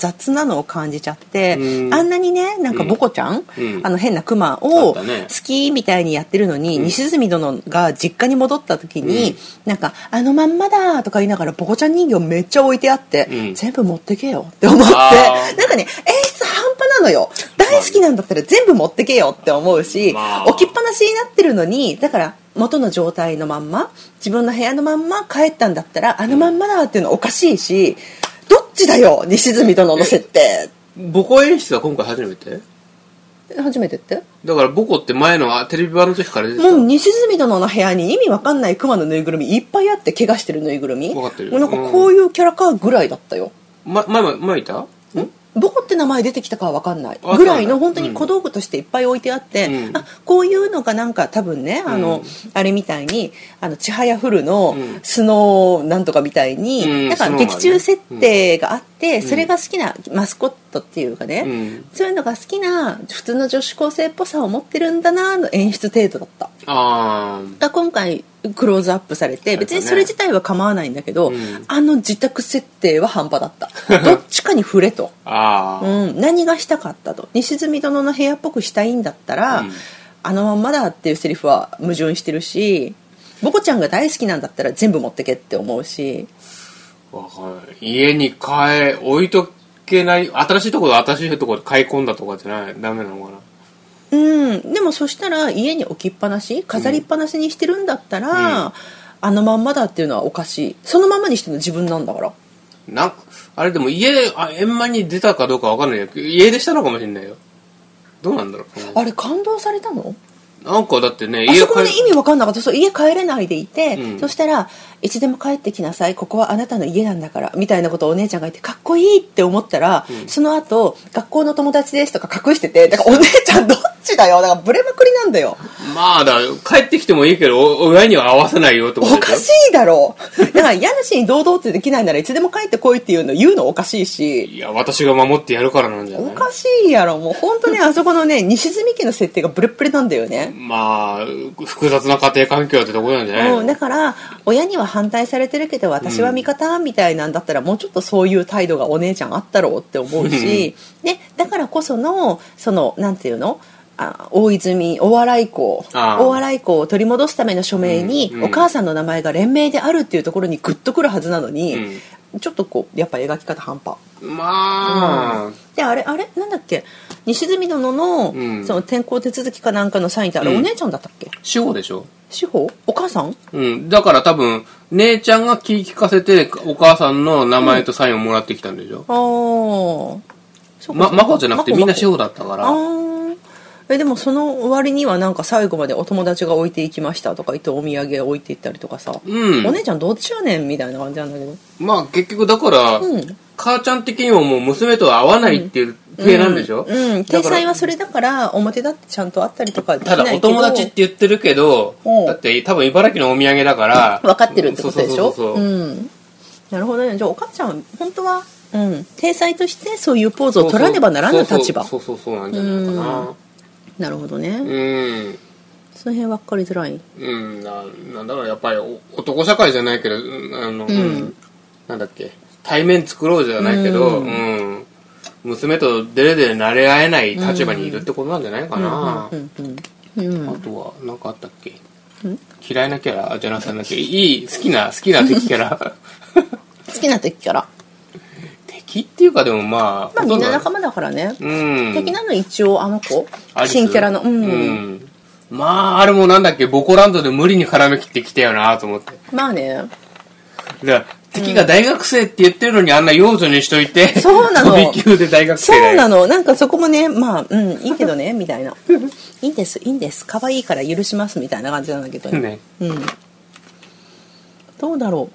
雑なのを感じちゃって、 うん、 あんなにねなんかボコちゃん、うん、あの変なクマを好きみたいにやってるのに、うん、西住殿が実家に戻った時に、うん、なんかあのまんまだとか言いながらボコちゃん人形めっちゃ置いてあって、うん、全部持ってけよって思って、なんかね演出半端なのよ。大好きなんだったら全部持ってけよって思うし、まあ、置きっぱなしになってるのにだから元の状態のまんま自分の部屋のまんま帰ったんだったらあのまんまだっていうのはおかしいし、どっちだよ西住殿の設定。 ボコ演出は今回初めて？ 初めてって？ だからボコって前のテレビ版の時から出てた。 もう西住殿の部屋に意味わかんないクマのぬいぐるみいっぱいあって怪我してるぬいぐるみ。 分かってる。 もうなんかこういうキャラかぐらいだったよ。 ま、前も前いた？ん？ ボコって名前出てきたかは分かんないぐらいの本当に小道具としていっぱい置いてあって、うん、あこういうのがなんか多分ねあの、うん、あれみたいにあのちはやふるのスノーなんとかみたいに、うん、なんか劇中設定があって、うん、それが好きなマスコットっていうかね、うん、そういうのが好きな普通の女子高生っぽさを持ってるんだなの演出程度だった。 あだ今回クローズアップされて別にそれ自体は構わないんだけど、うん、あの自宅設定は半端だったどっちかに触れとあ、 うん、何がしたかったと西住殿の部屋っぽくしたいんだったら、うん、あのまんまだっていうセリフは矛盾してるしボコちゃんが大好きなんだったら全部持ってけって思うし家に買え置いとけない新しいところ新しいところで買い込んだとかじゃないダメなのかな。 うん、でもそしたら家に置きっぱなし飾りっぱなしにしてるんだったら、うん、あのまんまだっていうのはおかしい。そのままにしてるの自分なんだからな。あれでも家で円満に出たかどうか分かんないけど家出したのかもしれないよ。どうなんだろう。 あれ感動されたの？ なんかだってねあそこで意味分かんなかった。そう家帰れないでいて、うん、そしたらいつでも帰ってきなさいここはあなたの家なんだからみたいなことをお姉ちゃんが言ってかっこいいって思ったら、うん、その後学校の友達ですとか隠しててだからお姉ちゃんどっちだよだからブレまくりなんだよ。 まあだ帰ってきてもいいけど親には合わせないよってことおかしいだろだから家主に堂々ってできないならいつでも帰ってこいっていうの言うのおかしいしいや私が守ってやるからなんじゃない。 おかしいやろもう本当にあそこのね西住家の設定がブレッブレなんだよね。 まあ複雑な家庭環境ってとこなんじゃないの、 うん、だから親には反対されてるけど私は味方みたいなんだったら、うん、もうちょっとそういう態度がお姉ちゃんあったろうって思うしでだからこそのそのなんていうのあ大泉大洗港大洗港を取り戻すための署名に、うん、お母さんの名前が連名であるっていうところにグッとくるはずなのに、うん、ちょっとこうやっぱ描き方半端。 まあ、 うん、であれあれなんだっけ西住殿 の,、うん、その転校手続きかなんかのサインってあれ、うん、お姉ちゃんだったっけ。 司法でしょ。 司法お母さん、 うん、だから多分姉ちゃんが気利かせてお母さんの名前とサインをもらってきたんでしょ、うん、ああま真帆じゃなくてみんな司法だったから。あえでもその割にはなんか最後までお友達が置いていきましたとか言ってお土産置いていったりとかさ、うん、お姉ちゃんどっちやねんみたいな感じなんだけどまあ結局だから、うん、母ちゃん的にももう娘とは会わないっていう系なんでしょ、 うんうん、体裁はそれだから表だってちゃんとあったりとかできないけどただお友達って言ってるけどだって多分茨城のお土産だから分かってるってことでしょ。なるほどね。じゃあお母ちゃん本当は、うん、体裁としてそういうポーズを取らねばならぬ立場。 そうそうそうそうなんじゃないかな、うんなるほどね。 うんその辺分かりづらい。 うんななんだろうやっぱり男社会じゃないけどあの、うんうん、なんだっけ対面作ろうじゃないけど、うんうん、娘とデレデレ慣れ合えない立場にいるってことなんじゃないかな。あとは何かあったっけ、うん、嫌いなキャラじゃなくていい好きな好きな敵キャラ好きな敵キャラ敵っていうかでもまあ、 まあ、みんな仲間だからね、 うん、 敵なの一応あの子新キャラの、うんうん、 まああれもなんだっけボコランドで無理に絡めきってきたよなと思って。 まあねだ敵が大学生って言ってるのにあんな幼女にしといて、うん、 そうなの飛び級で大学生そうなのなんかそこもねまあうんいいけどねみたいないいんですいいんです可愛いから許しますみたいな感じなんだけどね、うん、どうだろ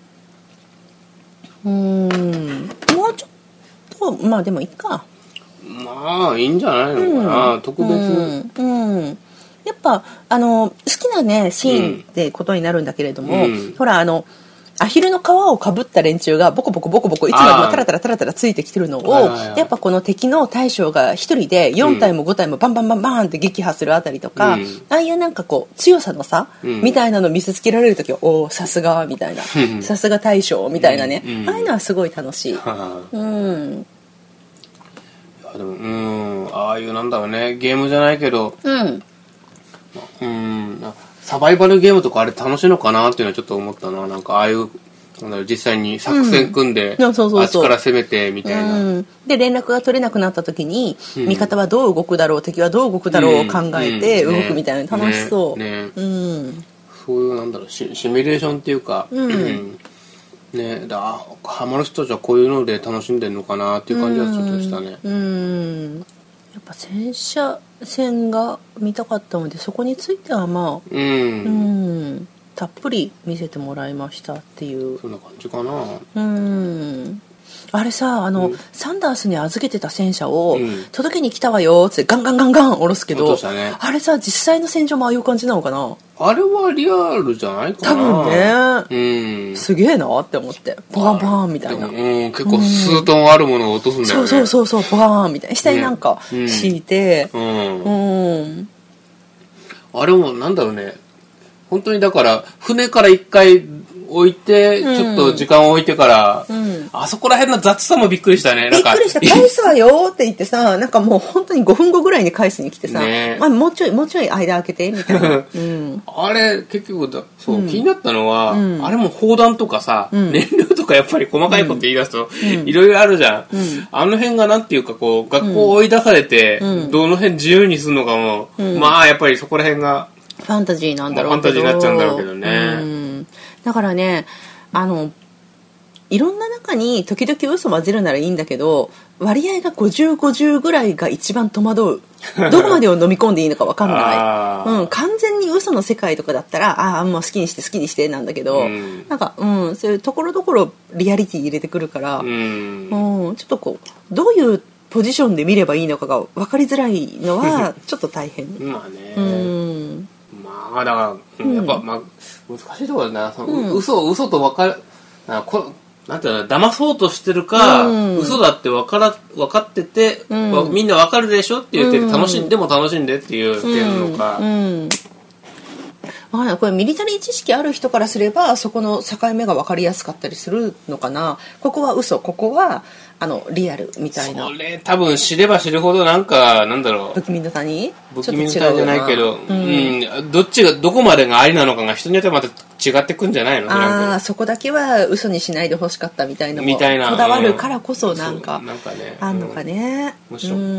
ううーんもうちょっとまあでもいいかまあいいんじゃないのかな、うん、特別、 うんうん、やっぱあの好きなねシーンってことになるんだけれども、うん、ほらあのアヒルの皮をかぶった連中がボコボコボコボコいつまでもタラタラタラタラついてきてるのをやっぱこの敵の大将が一人でよん体もご体もバンバンバンバンって撃破するあたりとか、うん、ああいうなんかこう強さの差、うん、みたいなの見せつけられる時はおーさすがみたいなさすが大将みたいなね、うん、ああいうのはすごい楽しい、うん、 でもうんああいうなんだろうねゲームじゃないけどうんうんサバイバルゲームとかあれ楽しいのかなっていうのはちょっと思ったな。なんかああいうなんだろう実際に作戦組んで、うん、そうそうそうあっちから攻めてみたいな、 うん、で連絡が取れなくなった時に、うん、味方はどう動くだろう敵はどう動くだろうを考えて動くみたいな楽しそう、 ねねねうん、 そういうなんだろう シ, シミュレーションっていうか、 うんうんね、だハマる人たちはこういうので楽しんでるのかなっていう感じはちょっとしたね。 うん、うん、やっぱ戦車戦が見たかったのでそこについてはまあ、うんうん、たっぷり見せてもらいましたっていうそんな感じかな。 うんあれさあの、うん、サンダースに預けてた戦車を、 うん、 届けに来たわよってガンガンガンガン下ろすけど、 ね、 あれさ実際の戦場もああいう感じなのかな。 あれはリアルじゃないかな多分ね、 うん、すげえなって思ってバンバンみたいな、 うん、結構数トンあるものを落とすんだよね、 うん、そうそうそうそうバーンみたいな下になんか敷いて、ね、うんうん、 あれもなんだろうね本当にだから船から一回置いて、うん、ちょっと時間を置いてから、うん、あそこら辺の雑さもびっくりしたね。 びっくりした。返すわよって言ってさ、なんかもう本当にごふんごぐらいに返しに来てさ、ね、まあ、もうちょいもうちょい間開けてみたいな。うん、あれ結局だそう、うん、気になったのは、うん、あれも砲弾とかさ、うん、燃料とかやっぱり細かいこと言い出すと、いろいろあるじゃん、うん。あの辺がなんていうかこう学校追い出されて、うん、どの辺自由にするのかも、うん、まあやっぱりそこら辺がファンタジーなんだろうけど、 ファンタジーになっちゃうんだろうけどね。 うん、だからね。あのいろんな中に時々嘘混ぜるならいいんだけど割合がごじゅうごじゅうぐらいが一番戸惑うどこまでを飲み込んでいいのか分かんない、うん、完全に嘘の世界とかだったらああもう好きにして好きにしてなんだけど、うん、なんか、うん、そういうところどころリアリティ入れてくるから、うんうん、ちょっとこうどういうポジションで見ればいいのかが分かりづらいのはちょっと大変まあね、 うん、 まあだから、うん、やっぱ、まあ、難しいところだなその、うん、嘘嘘と分かるなこなんていうの騙そうとしてるか、うん、嘘だって分から分かってて、うん、みんな分かるでしょって言って楽しんでも楽しんでっていうっていうのか、うんうん、これミリタリー知識ある人からすればそこの境目が分かりやすかったりするのかな。ここは嘘ここはあのリアルみたいな。 それ多分知れば知るほどなんかなんだろう不気味の谷不気味の谷じゃないけど、うんうん、どっちがどこまでがありなのかが人によってまた違ってくんじゃないの。 ああそこだけは嘘にしないでほしかったみたいなのもこだわるからこそなんか、 うん、なんかねあんのかね、 うん、むしろ、うん、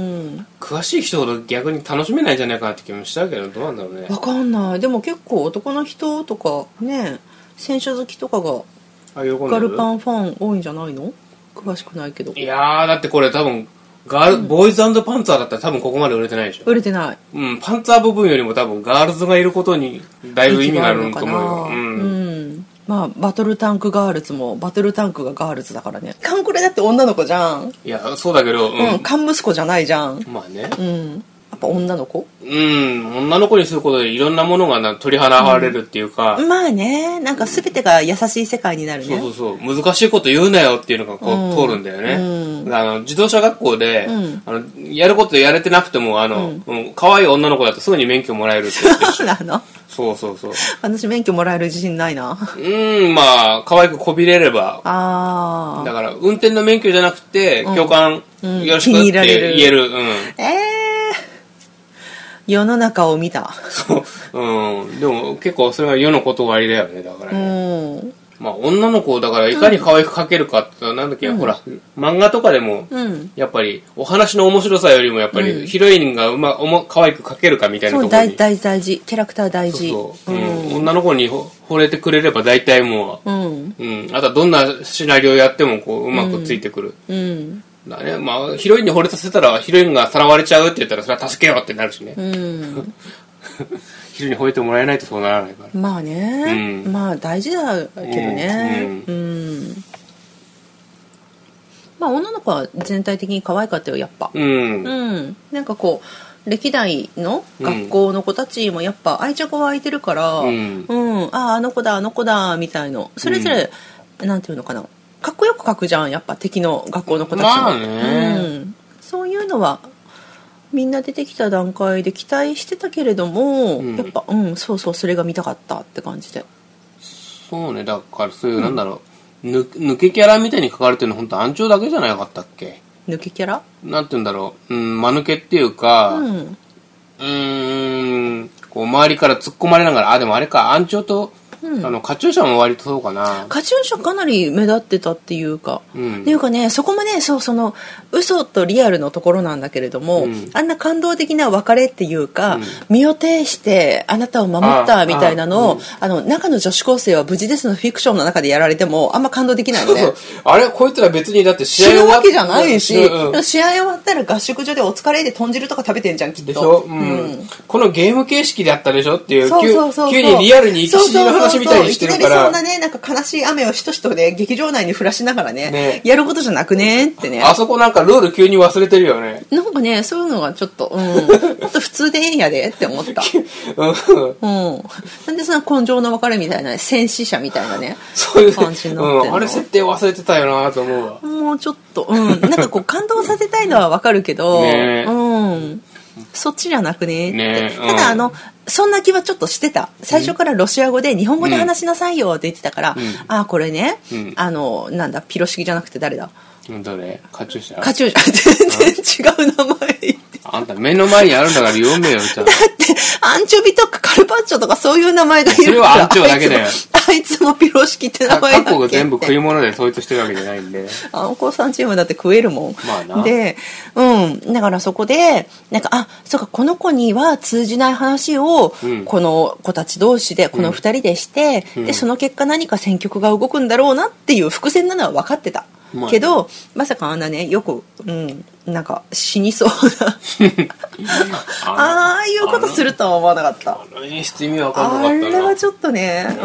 詳しい人ほど逆に楽しめないんじゃないかなって気もしたけどどうなんだろうね。 分かんない。でも結構男の人とかね戦車好きとかがガルパンファン多いんじゃないの。詳しくないけど。 いやーだってこれ多分ガール、うん、ボーイズ&パンツァーだったら多分ここまで売れてないでしょ。 売れてない。 うん、パンツァー部分よりも多分ガールズがいることにだいぶ意味があると思うよ。うん、 うん、まあバトルタンクガールズもバトルタンクがガールズだからね。カンコレだって女の子じゃん。 いやそうだけど、 うん、うん、カン息子じゃないじゃん。 まあね。 うん。やっぱ女の子？ うん、女の子にすることでいろんなものがな取り払われるっていうか、 うん、まあねなんか全てが優しい世界になるね。 そうそうそう難しいこと言うなよっていうのがこう、うん、通るんだよね、うん、あの自動車学校で、うん、あのやることやれてなくてもあの、うん、可愛い女の子だとすぐに免許もらえるって言ってるしそうなの？ そうそうそう私免許もらえる自信ないな。 うんまあ可愛くこびれればあだから運転の免許じゃなくて、うん、共感、うん、よろしくって言える、うん、 えー世の中を見た。 そう、うん、でも結構それは世のことわりだよねだからね、うん、まあ女の子だからいかに可愛く描けるかって、うん、なんだっけ、うん、ほら漫画とかでも、うん、やっぱりお話の面白さよりもやっぱり、うん、ヒロインがうまおも可愛く描けるかみたいなところにそう大大事キャラクター大事そうそう、うん、女の子に惚れてくれれば大体もう、うんうん、あとはどんなシナリオやってもこううまくついてくる、うんうんだねまあ、ヒロインに惚れさせたらヒロインがさらわれちゃうって言ったらそれは助けようってなるしね、うん、ヒロインに惚れてもらえないとそうならないからまあね、うん、まあ大事だけどね、うんうんうん、まあ女の子は全体的に可愛かったよやっぱ、うんうん、なんかこう歴代の学校の子たちもやっぱ愛着は湧いてるから、うんうん、あああの子だあの子だみたいのそれぞれ、うん、なんていうのかなかっこよく書くじゃんやっぱ敵の学校の子たちも、 まあねうん、そういうのはみんな出てきた段階で期待してたけれども、うん、やっぱうんそうそうそれが見たかったって感じでそうねだからそういう、うん、なんだろうぬ抜けキャラみたいに書かれてるの本当暗調だけじゃなかったっけ抜けキャラなんて言うんだろう、うん、間抜けっていうか、うん、うーん、こう周りから突っ込まれながら、あ、でもあれか、安長と、うん、あのカチューシャも割とそうかな。 カチューシャかなり目立ってたっていうか、うん、っていうかね、そこもね、そう、その嘘とリアルのところなんだけれども、うん、あんな感動的な別れっていうか、うん、身を挺してあなたを守ったみたいなのを、あ、うん、あの中の女子高生は無事ですのフィクションの中でやられてもあんま感動できないのね。 あれ、こいつら別にだって試合終わったわけじゃないし、うん、試合終わったら合宿所でお疲れで豚汁とか食べてんじゃんきっと。 でしょ、うんうん、このゲーム形式であったでしょっていう、そうそうそうそう、急にリアルに生き死にの話みたいにしてるから。 そんなね、なんか悲しい雨をしとしとね、劇場内に降らしながら ね, ねやることじゃなくねってね。 あそこなんかルール急に忘れてるよね。 なんかね、そういうのがちょっと、うん、もっと普通でええんやでって思った。うん。なんでそんな根性の別れみたいな、ね、戦死者みたいなね、そういう感じになってるの、 うん、あれ設定忘れてたよなと思うわ。 もうちょっと、うん、なんかこう感動させたいのはわかるけど、ね、うん。そっちじゃなくねって、ね、うん、ただあのそんな気はちょっとしてた。最初からロシア語で日本語で話しなさいよって言ってたから、うん、ああこれね、うん、あのなんだピロシキじゃなくて誰だ、 どれ、カチューシャカチューシャ全然違う名前言って、 あんた目の前にあるんだから読めよちゃんと。 だってアンチョビとかカルパッチョとかそういう名前がいるから、 それはアンチョだけだよ。 あいつもピロシキって名前だっけ。 過去が全部食い物で統一してるわけじゃないんで。 あんこさんチームだって食えるもん。 まあな。 で、うん、だからそこでなんか、あ、そうか、この子には通じない話を、うん、この子たち同士でこの二人でして、うん、でその結果何か戦局が動くんだろうなっていう伏線なのは分かってた。けどまさかあんなね、よく、うん、なんか死にそうなああいうことするとは思わなかった。 あの演出意味わかんなかったな。 あれはちょっとね、うん、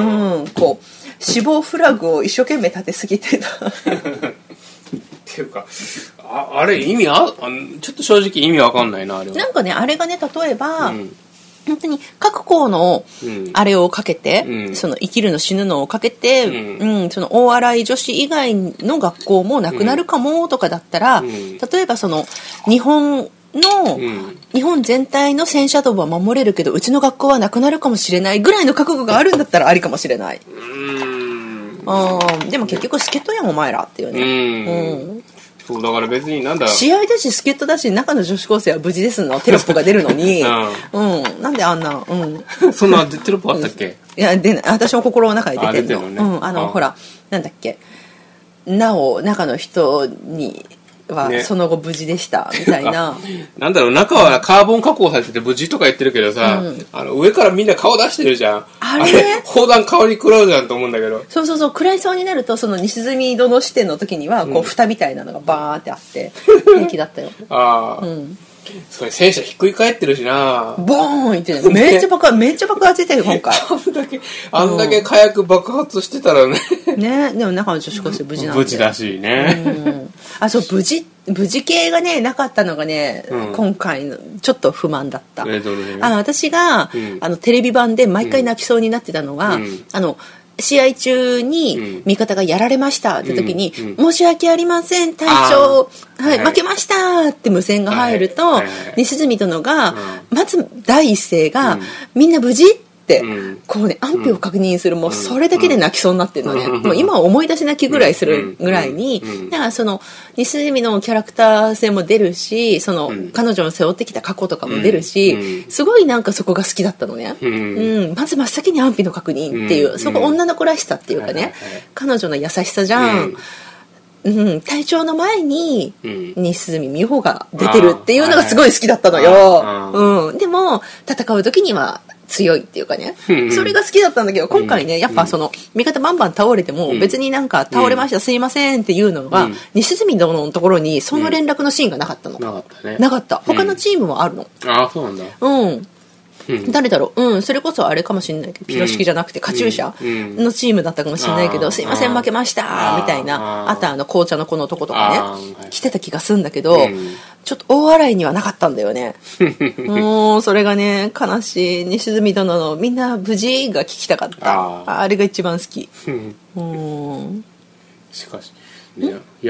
こう死亡フラグを一生懸命立てすぎてたっていうか、あ, あれ意味ああちょっと正直意味わかんないなあれは。 なんかね、あれがね、例えば、うん、本当に各校のあれをかけて、うん、その生きるの死ぬのをかけて、うんうん、その大洗女子以外の学校もなくなるかもとかだったら、うん、例えばその日本の、うん、日本全体の戦車道は守れるけどうちの学校はなくなるかもしれないぐらいの覚悟があるんだったらありかもしれない。うんあでも結局助っ人やんお前らっていうね。うんうんそうだから別になんだ試合だし助っ人だし中の女子高生は無事ですのテロップが出るのに、うんうん、なんであんな、うん、 そんなテロップあったっけ、 うん、いや出ない。私も心の中で出てるの。あ、出てるのね、うん、あのあほらなんだっけ、なお中の人にはその後無事でしたみたいな、 ね、なんだろう、中はカーボン加工されてて無事とか言ってるけどさ、うん、あの上からみんな顔出してるじゃん。あれ、あれ砲弾顔に食らうじゃんと思うんだけど。 そうそうそう、食らいそうになるとその西住殿視点の時にはこう蓋みたいなのがバーってあって平気だったよ。ああ、うん、 それ戦車ひっくり返ってるしな、 ボーンって、ね、めっちゃ爆発めっちゃ爆発してたよ今回。 あんだけあんだけ火薬爆発してたらね、 うん、ね、でも中の女子高生無事なんで無事らしいね、 うん、あ、そう、無事無事系がねなかったのがね、うん、今回のちょっと不満だった。えー、あの私が、うん、あのテレビ版で毎回泣きそうになってたのが、うん、あの試合中に味方がやられましたって時に、うんうん、申し訳ありません隊長、はい、負けましたって無線が入ると、はいはいはい、西住殿が、うん、まず第一声が、うん、みんな無事って、うん、こうね安否を確認する、もうそれだけで泣きそうになってるのね、うん、もう今は思い出し泣きぐらいするぐらいに、だからその西住のキャラクター性も出るし、その、うん、彼女の背負ってきた過去とかも出るし、うん、すごいなんかそこが好きだったのね、うんうん、まず真っ先に安否の確認っていう、うん、そこ女の子らしさっていうかね、はいはいはい、彼女の優しさじゃん、うんうん、隊長の前に、うん、西住美穂が出てるっていうのがすごい好きだったのよ、うん、でも戦う時には強いっていうかね、それが好きだったんだけど、今回ねやっぱその味方バンバン倒れても別になんか倒れました、すいませんっていうのが、西住殿のところにその連絡のシーンがなかったの、なかったね、なかった。他のチームもあるの。 ああ、そうなんだ。 うん、誰だろう、うん、それこそあれかもしれないけど、ピロ式じゃなくてカチューシャのチームだったかもしれないけど、すいません負けましたみたいな、あとあの紅茶の子のとことかね来てた気がするんだけど、ちょっと大洗いにはなかったんだよね。もうそれがね悲しい。西住殿のみんな無事が聞きたかった。 あ, あれが一番好き。うん、 しかし、ね、いや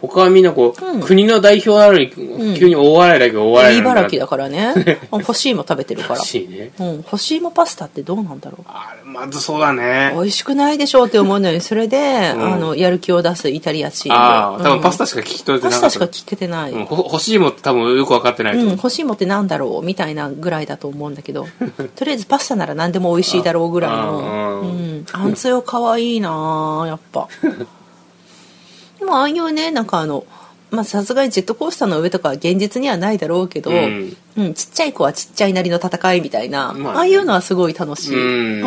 他はみんなこう、うん、国の代表なのに、うん、急に大笑いだけど大笑いなんだ。 茨城だからね。干し芋食べてるから。 干しいね。 うん。干し芋パスタってどうなんだろう。 あれ、まずそうだね。 美味しくないでしょうって思うのに、それで、うん、あの、やる気を出すイタリアチーム。 ああ、多分パスタしか聞き取れてなかった。 パスタしか聞けてない。 うん、干し芋って多分よく分かってないと思う。 うん、干し芋ってなんだろうみたいなぐらいだと思うんだけど、とりあえずパスタなら何でも美味しいだろうぐらいの。うん。あんつよかわいいなやっぱ。でもああいうね、なんかあの、まあさすがにジェットコースターの上とかは現実にはないだろうけど、うんうん、ちっちゃい子はちっちゃいなりの戦いみたいな、まあ、ああいうのはすごい楽しい。うん、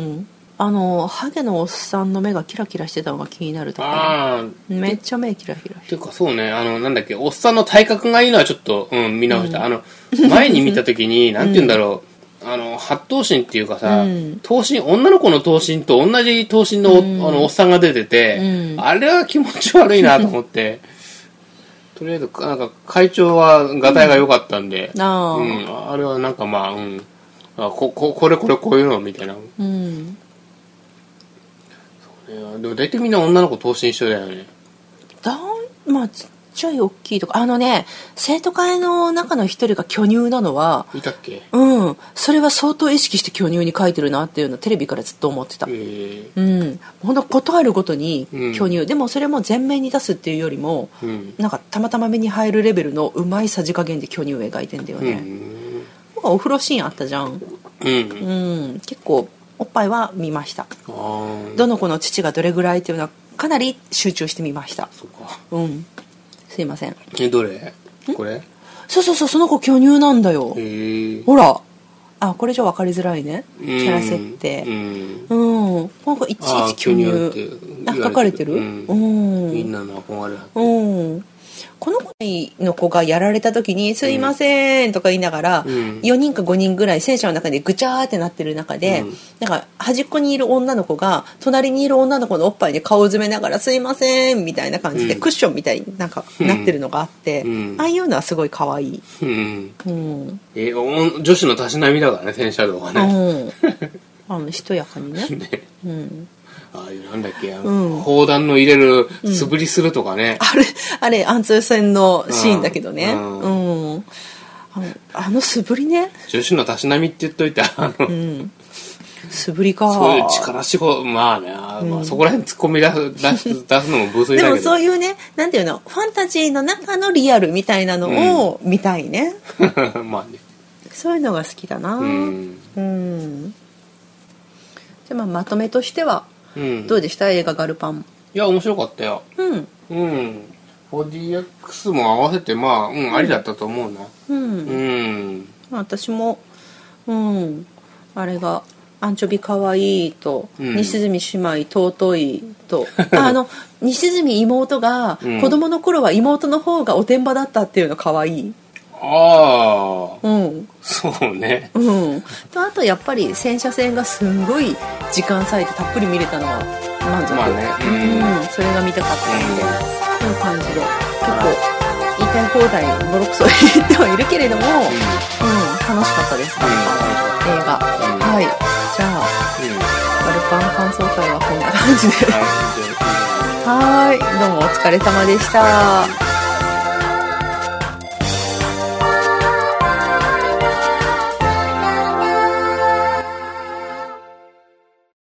うん、あのハゲのおっさんの目がキラキラしてたのが気になるとか、めっちゃ目キラキラしてる。ていうかそうね、あのなんだっけ、おっさんの体格がいいのはちょっと、うん、見直した、うん、あの前に見た時になんて言うんだろう、うん、あの八頭身っていうかさ、うん、頭身、女の子の頭身と同じ頭身の お,、うん、あのおっさんが出てて、うん、あれは気持ち悪いなと思ってとりあえずなんか会長はガタイが良かったんで、うん、あ, うん、あれはなんかまあ、うん、あ こ, こ, これこれこういうのみたいな、うん、そうね、でも大体みんな女の子頭身一緒だよね。 だまあちっちゃい大きいとか、あのね、生徒会の中の一人が巨乳なのはいたっけ。 うん、それは相当意識して巨乳に書いてるなっていうのをテレビからずっと思ってた。へー、うん、ほんとことあるごとに巨乳、うん、でもそれも前面に出すっていうよりも、うん、なんかたまたま目に入るレベルのうまいさじ加減で巨乳を描いてんだよね。うん、なんかお風呂シーンあったじゃん。うん、うん、結構おっぱいは見ました。どの子の父がどれぐらいっていうのはかなり集中してみました。そうか、うん、すいません。 え、どれ？これ？ そうそうそう、その子巨乳なんだよ。ほら、あ、これじゃ分かりづらいね、キャラ設定。うん、うん、この子いちいち巨乳あ書かれてる。うん、うん、 みんなの憧れ。 うん。この子の子がやられた時にすいませんとか言いながら、うん、よにんかごにんぐらい戦車の中でぐちゃーってなってる中で、うん、なんか端っこにいる女の子が隣にいる女の子のおっぱいに顔を詰めながらすいませんみたいな感じで、うん、クッションみたいになんかなってるのがあって、うん、ああいうのはすごい可愛い。うんうん、 えー、女子のたしなみだからね、戦車道はね。うん、 あのしとやかにね。ね、うん、 ああいうなんだっけ、あの、うん、砲弾の入れる素振りするとかね、 うん、あれあれ暗通戦のシーンだけどね、うん、うん、あの、あの素振りね、 女子のたしなみって言っといて、あの、うん、 素振りか、 そういう力仕事、まあね、うん、まあ、そこら辺突っ込み出す、出す、出すのもブースだけど、 でもそういうね、なんていうの、ファンタジーの中のリアルみたいなのを見たいね、うん、まあね、そういうのが好きだな。うん、うん、じゃあ、まあ、まとめとしてはうん、どうでした映画ガルパン。 いや面白かったよ。うんうん。フォーディーエックス も合わせてまあ、うん、ありだったと思うな。うん、うん、 私もうんあれがアンチョビかわいいと、うん、西住姉妹尊いとあの西住妹が、うん、子供の頃は妹の方がおてんばだったっていうのかわいい。 ああ、うん、そうね、 うん、とあとやっぱり戦車戦がすんごい時間割いてたっぷり見れたのは満足、まあね、うん、それが見たかったので、そういう感じで結構言いたい放題ボロクソ言ってはいるけれども、うん、うん、楽しかったです、うん、映画、うん、はい、じゃあ、うん、ガルパン感想会はこんな感じではい、どうもお疲れ様でした。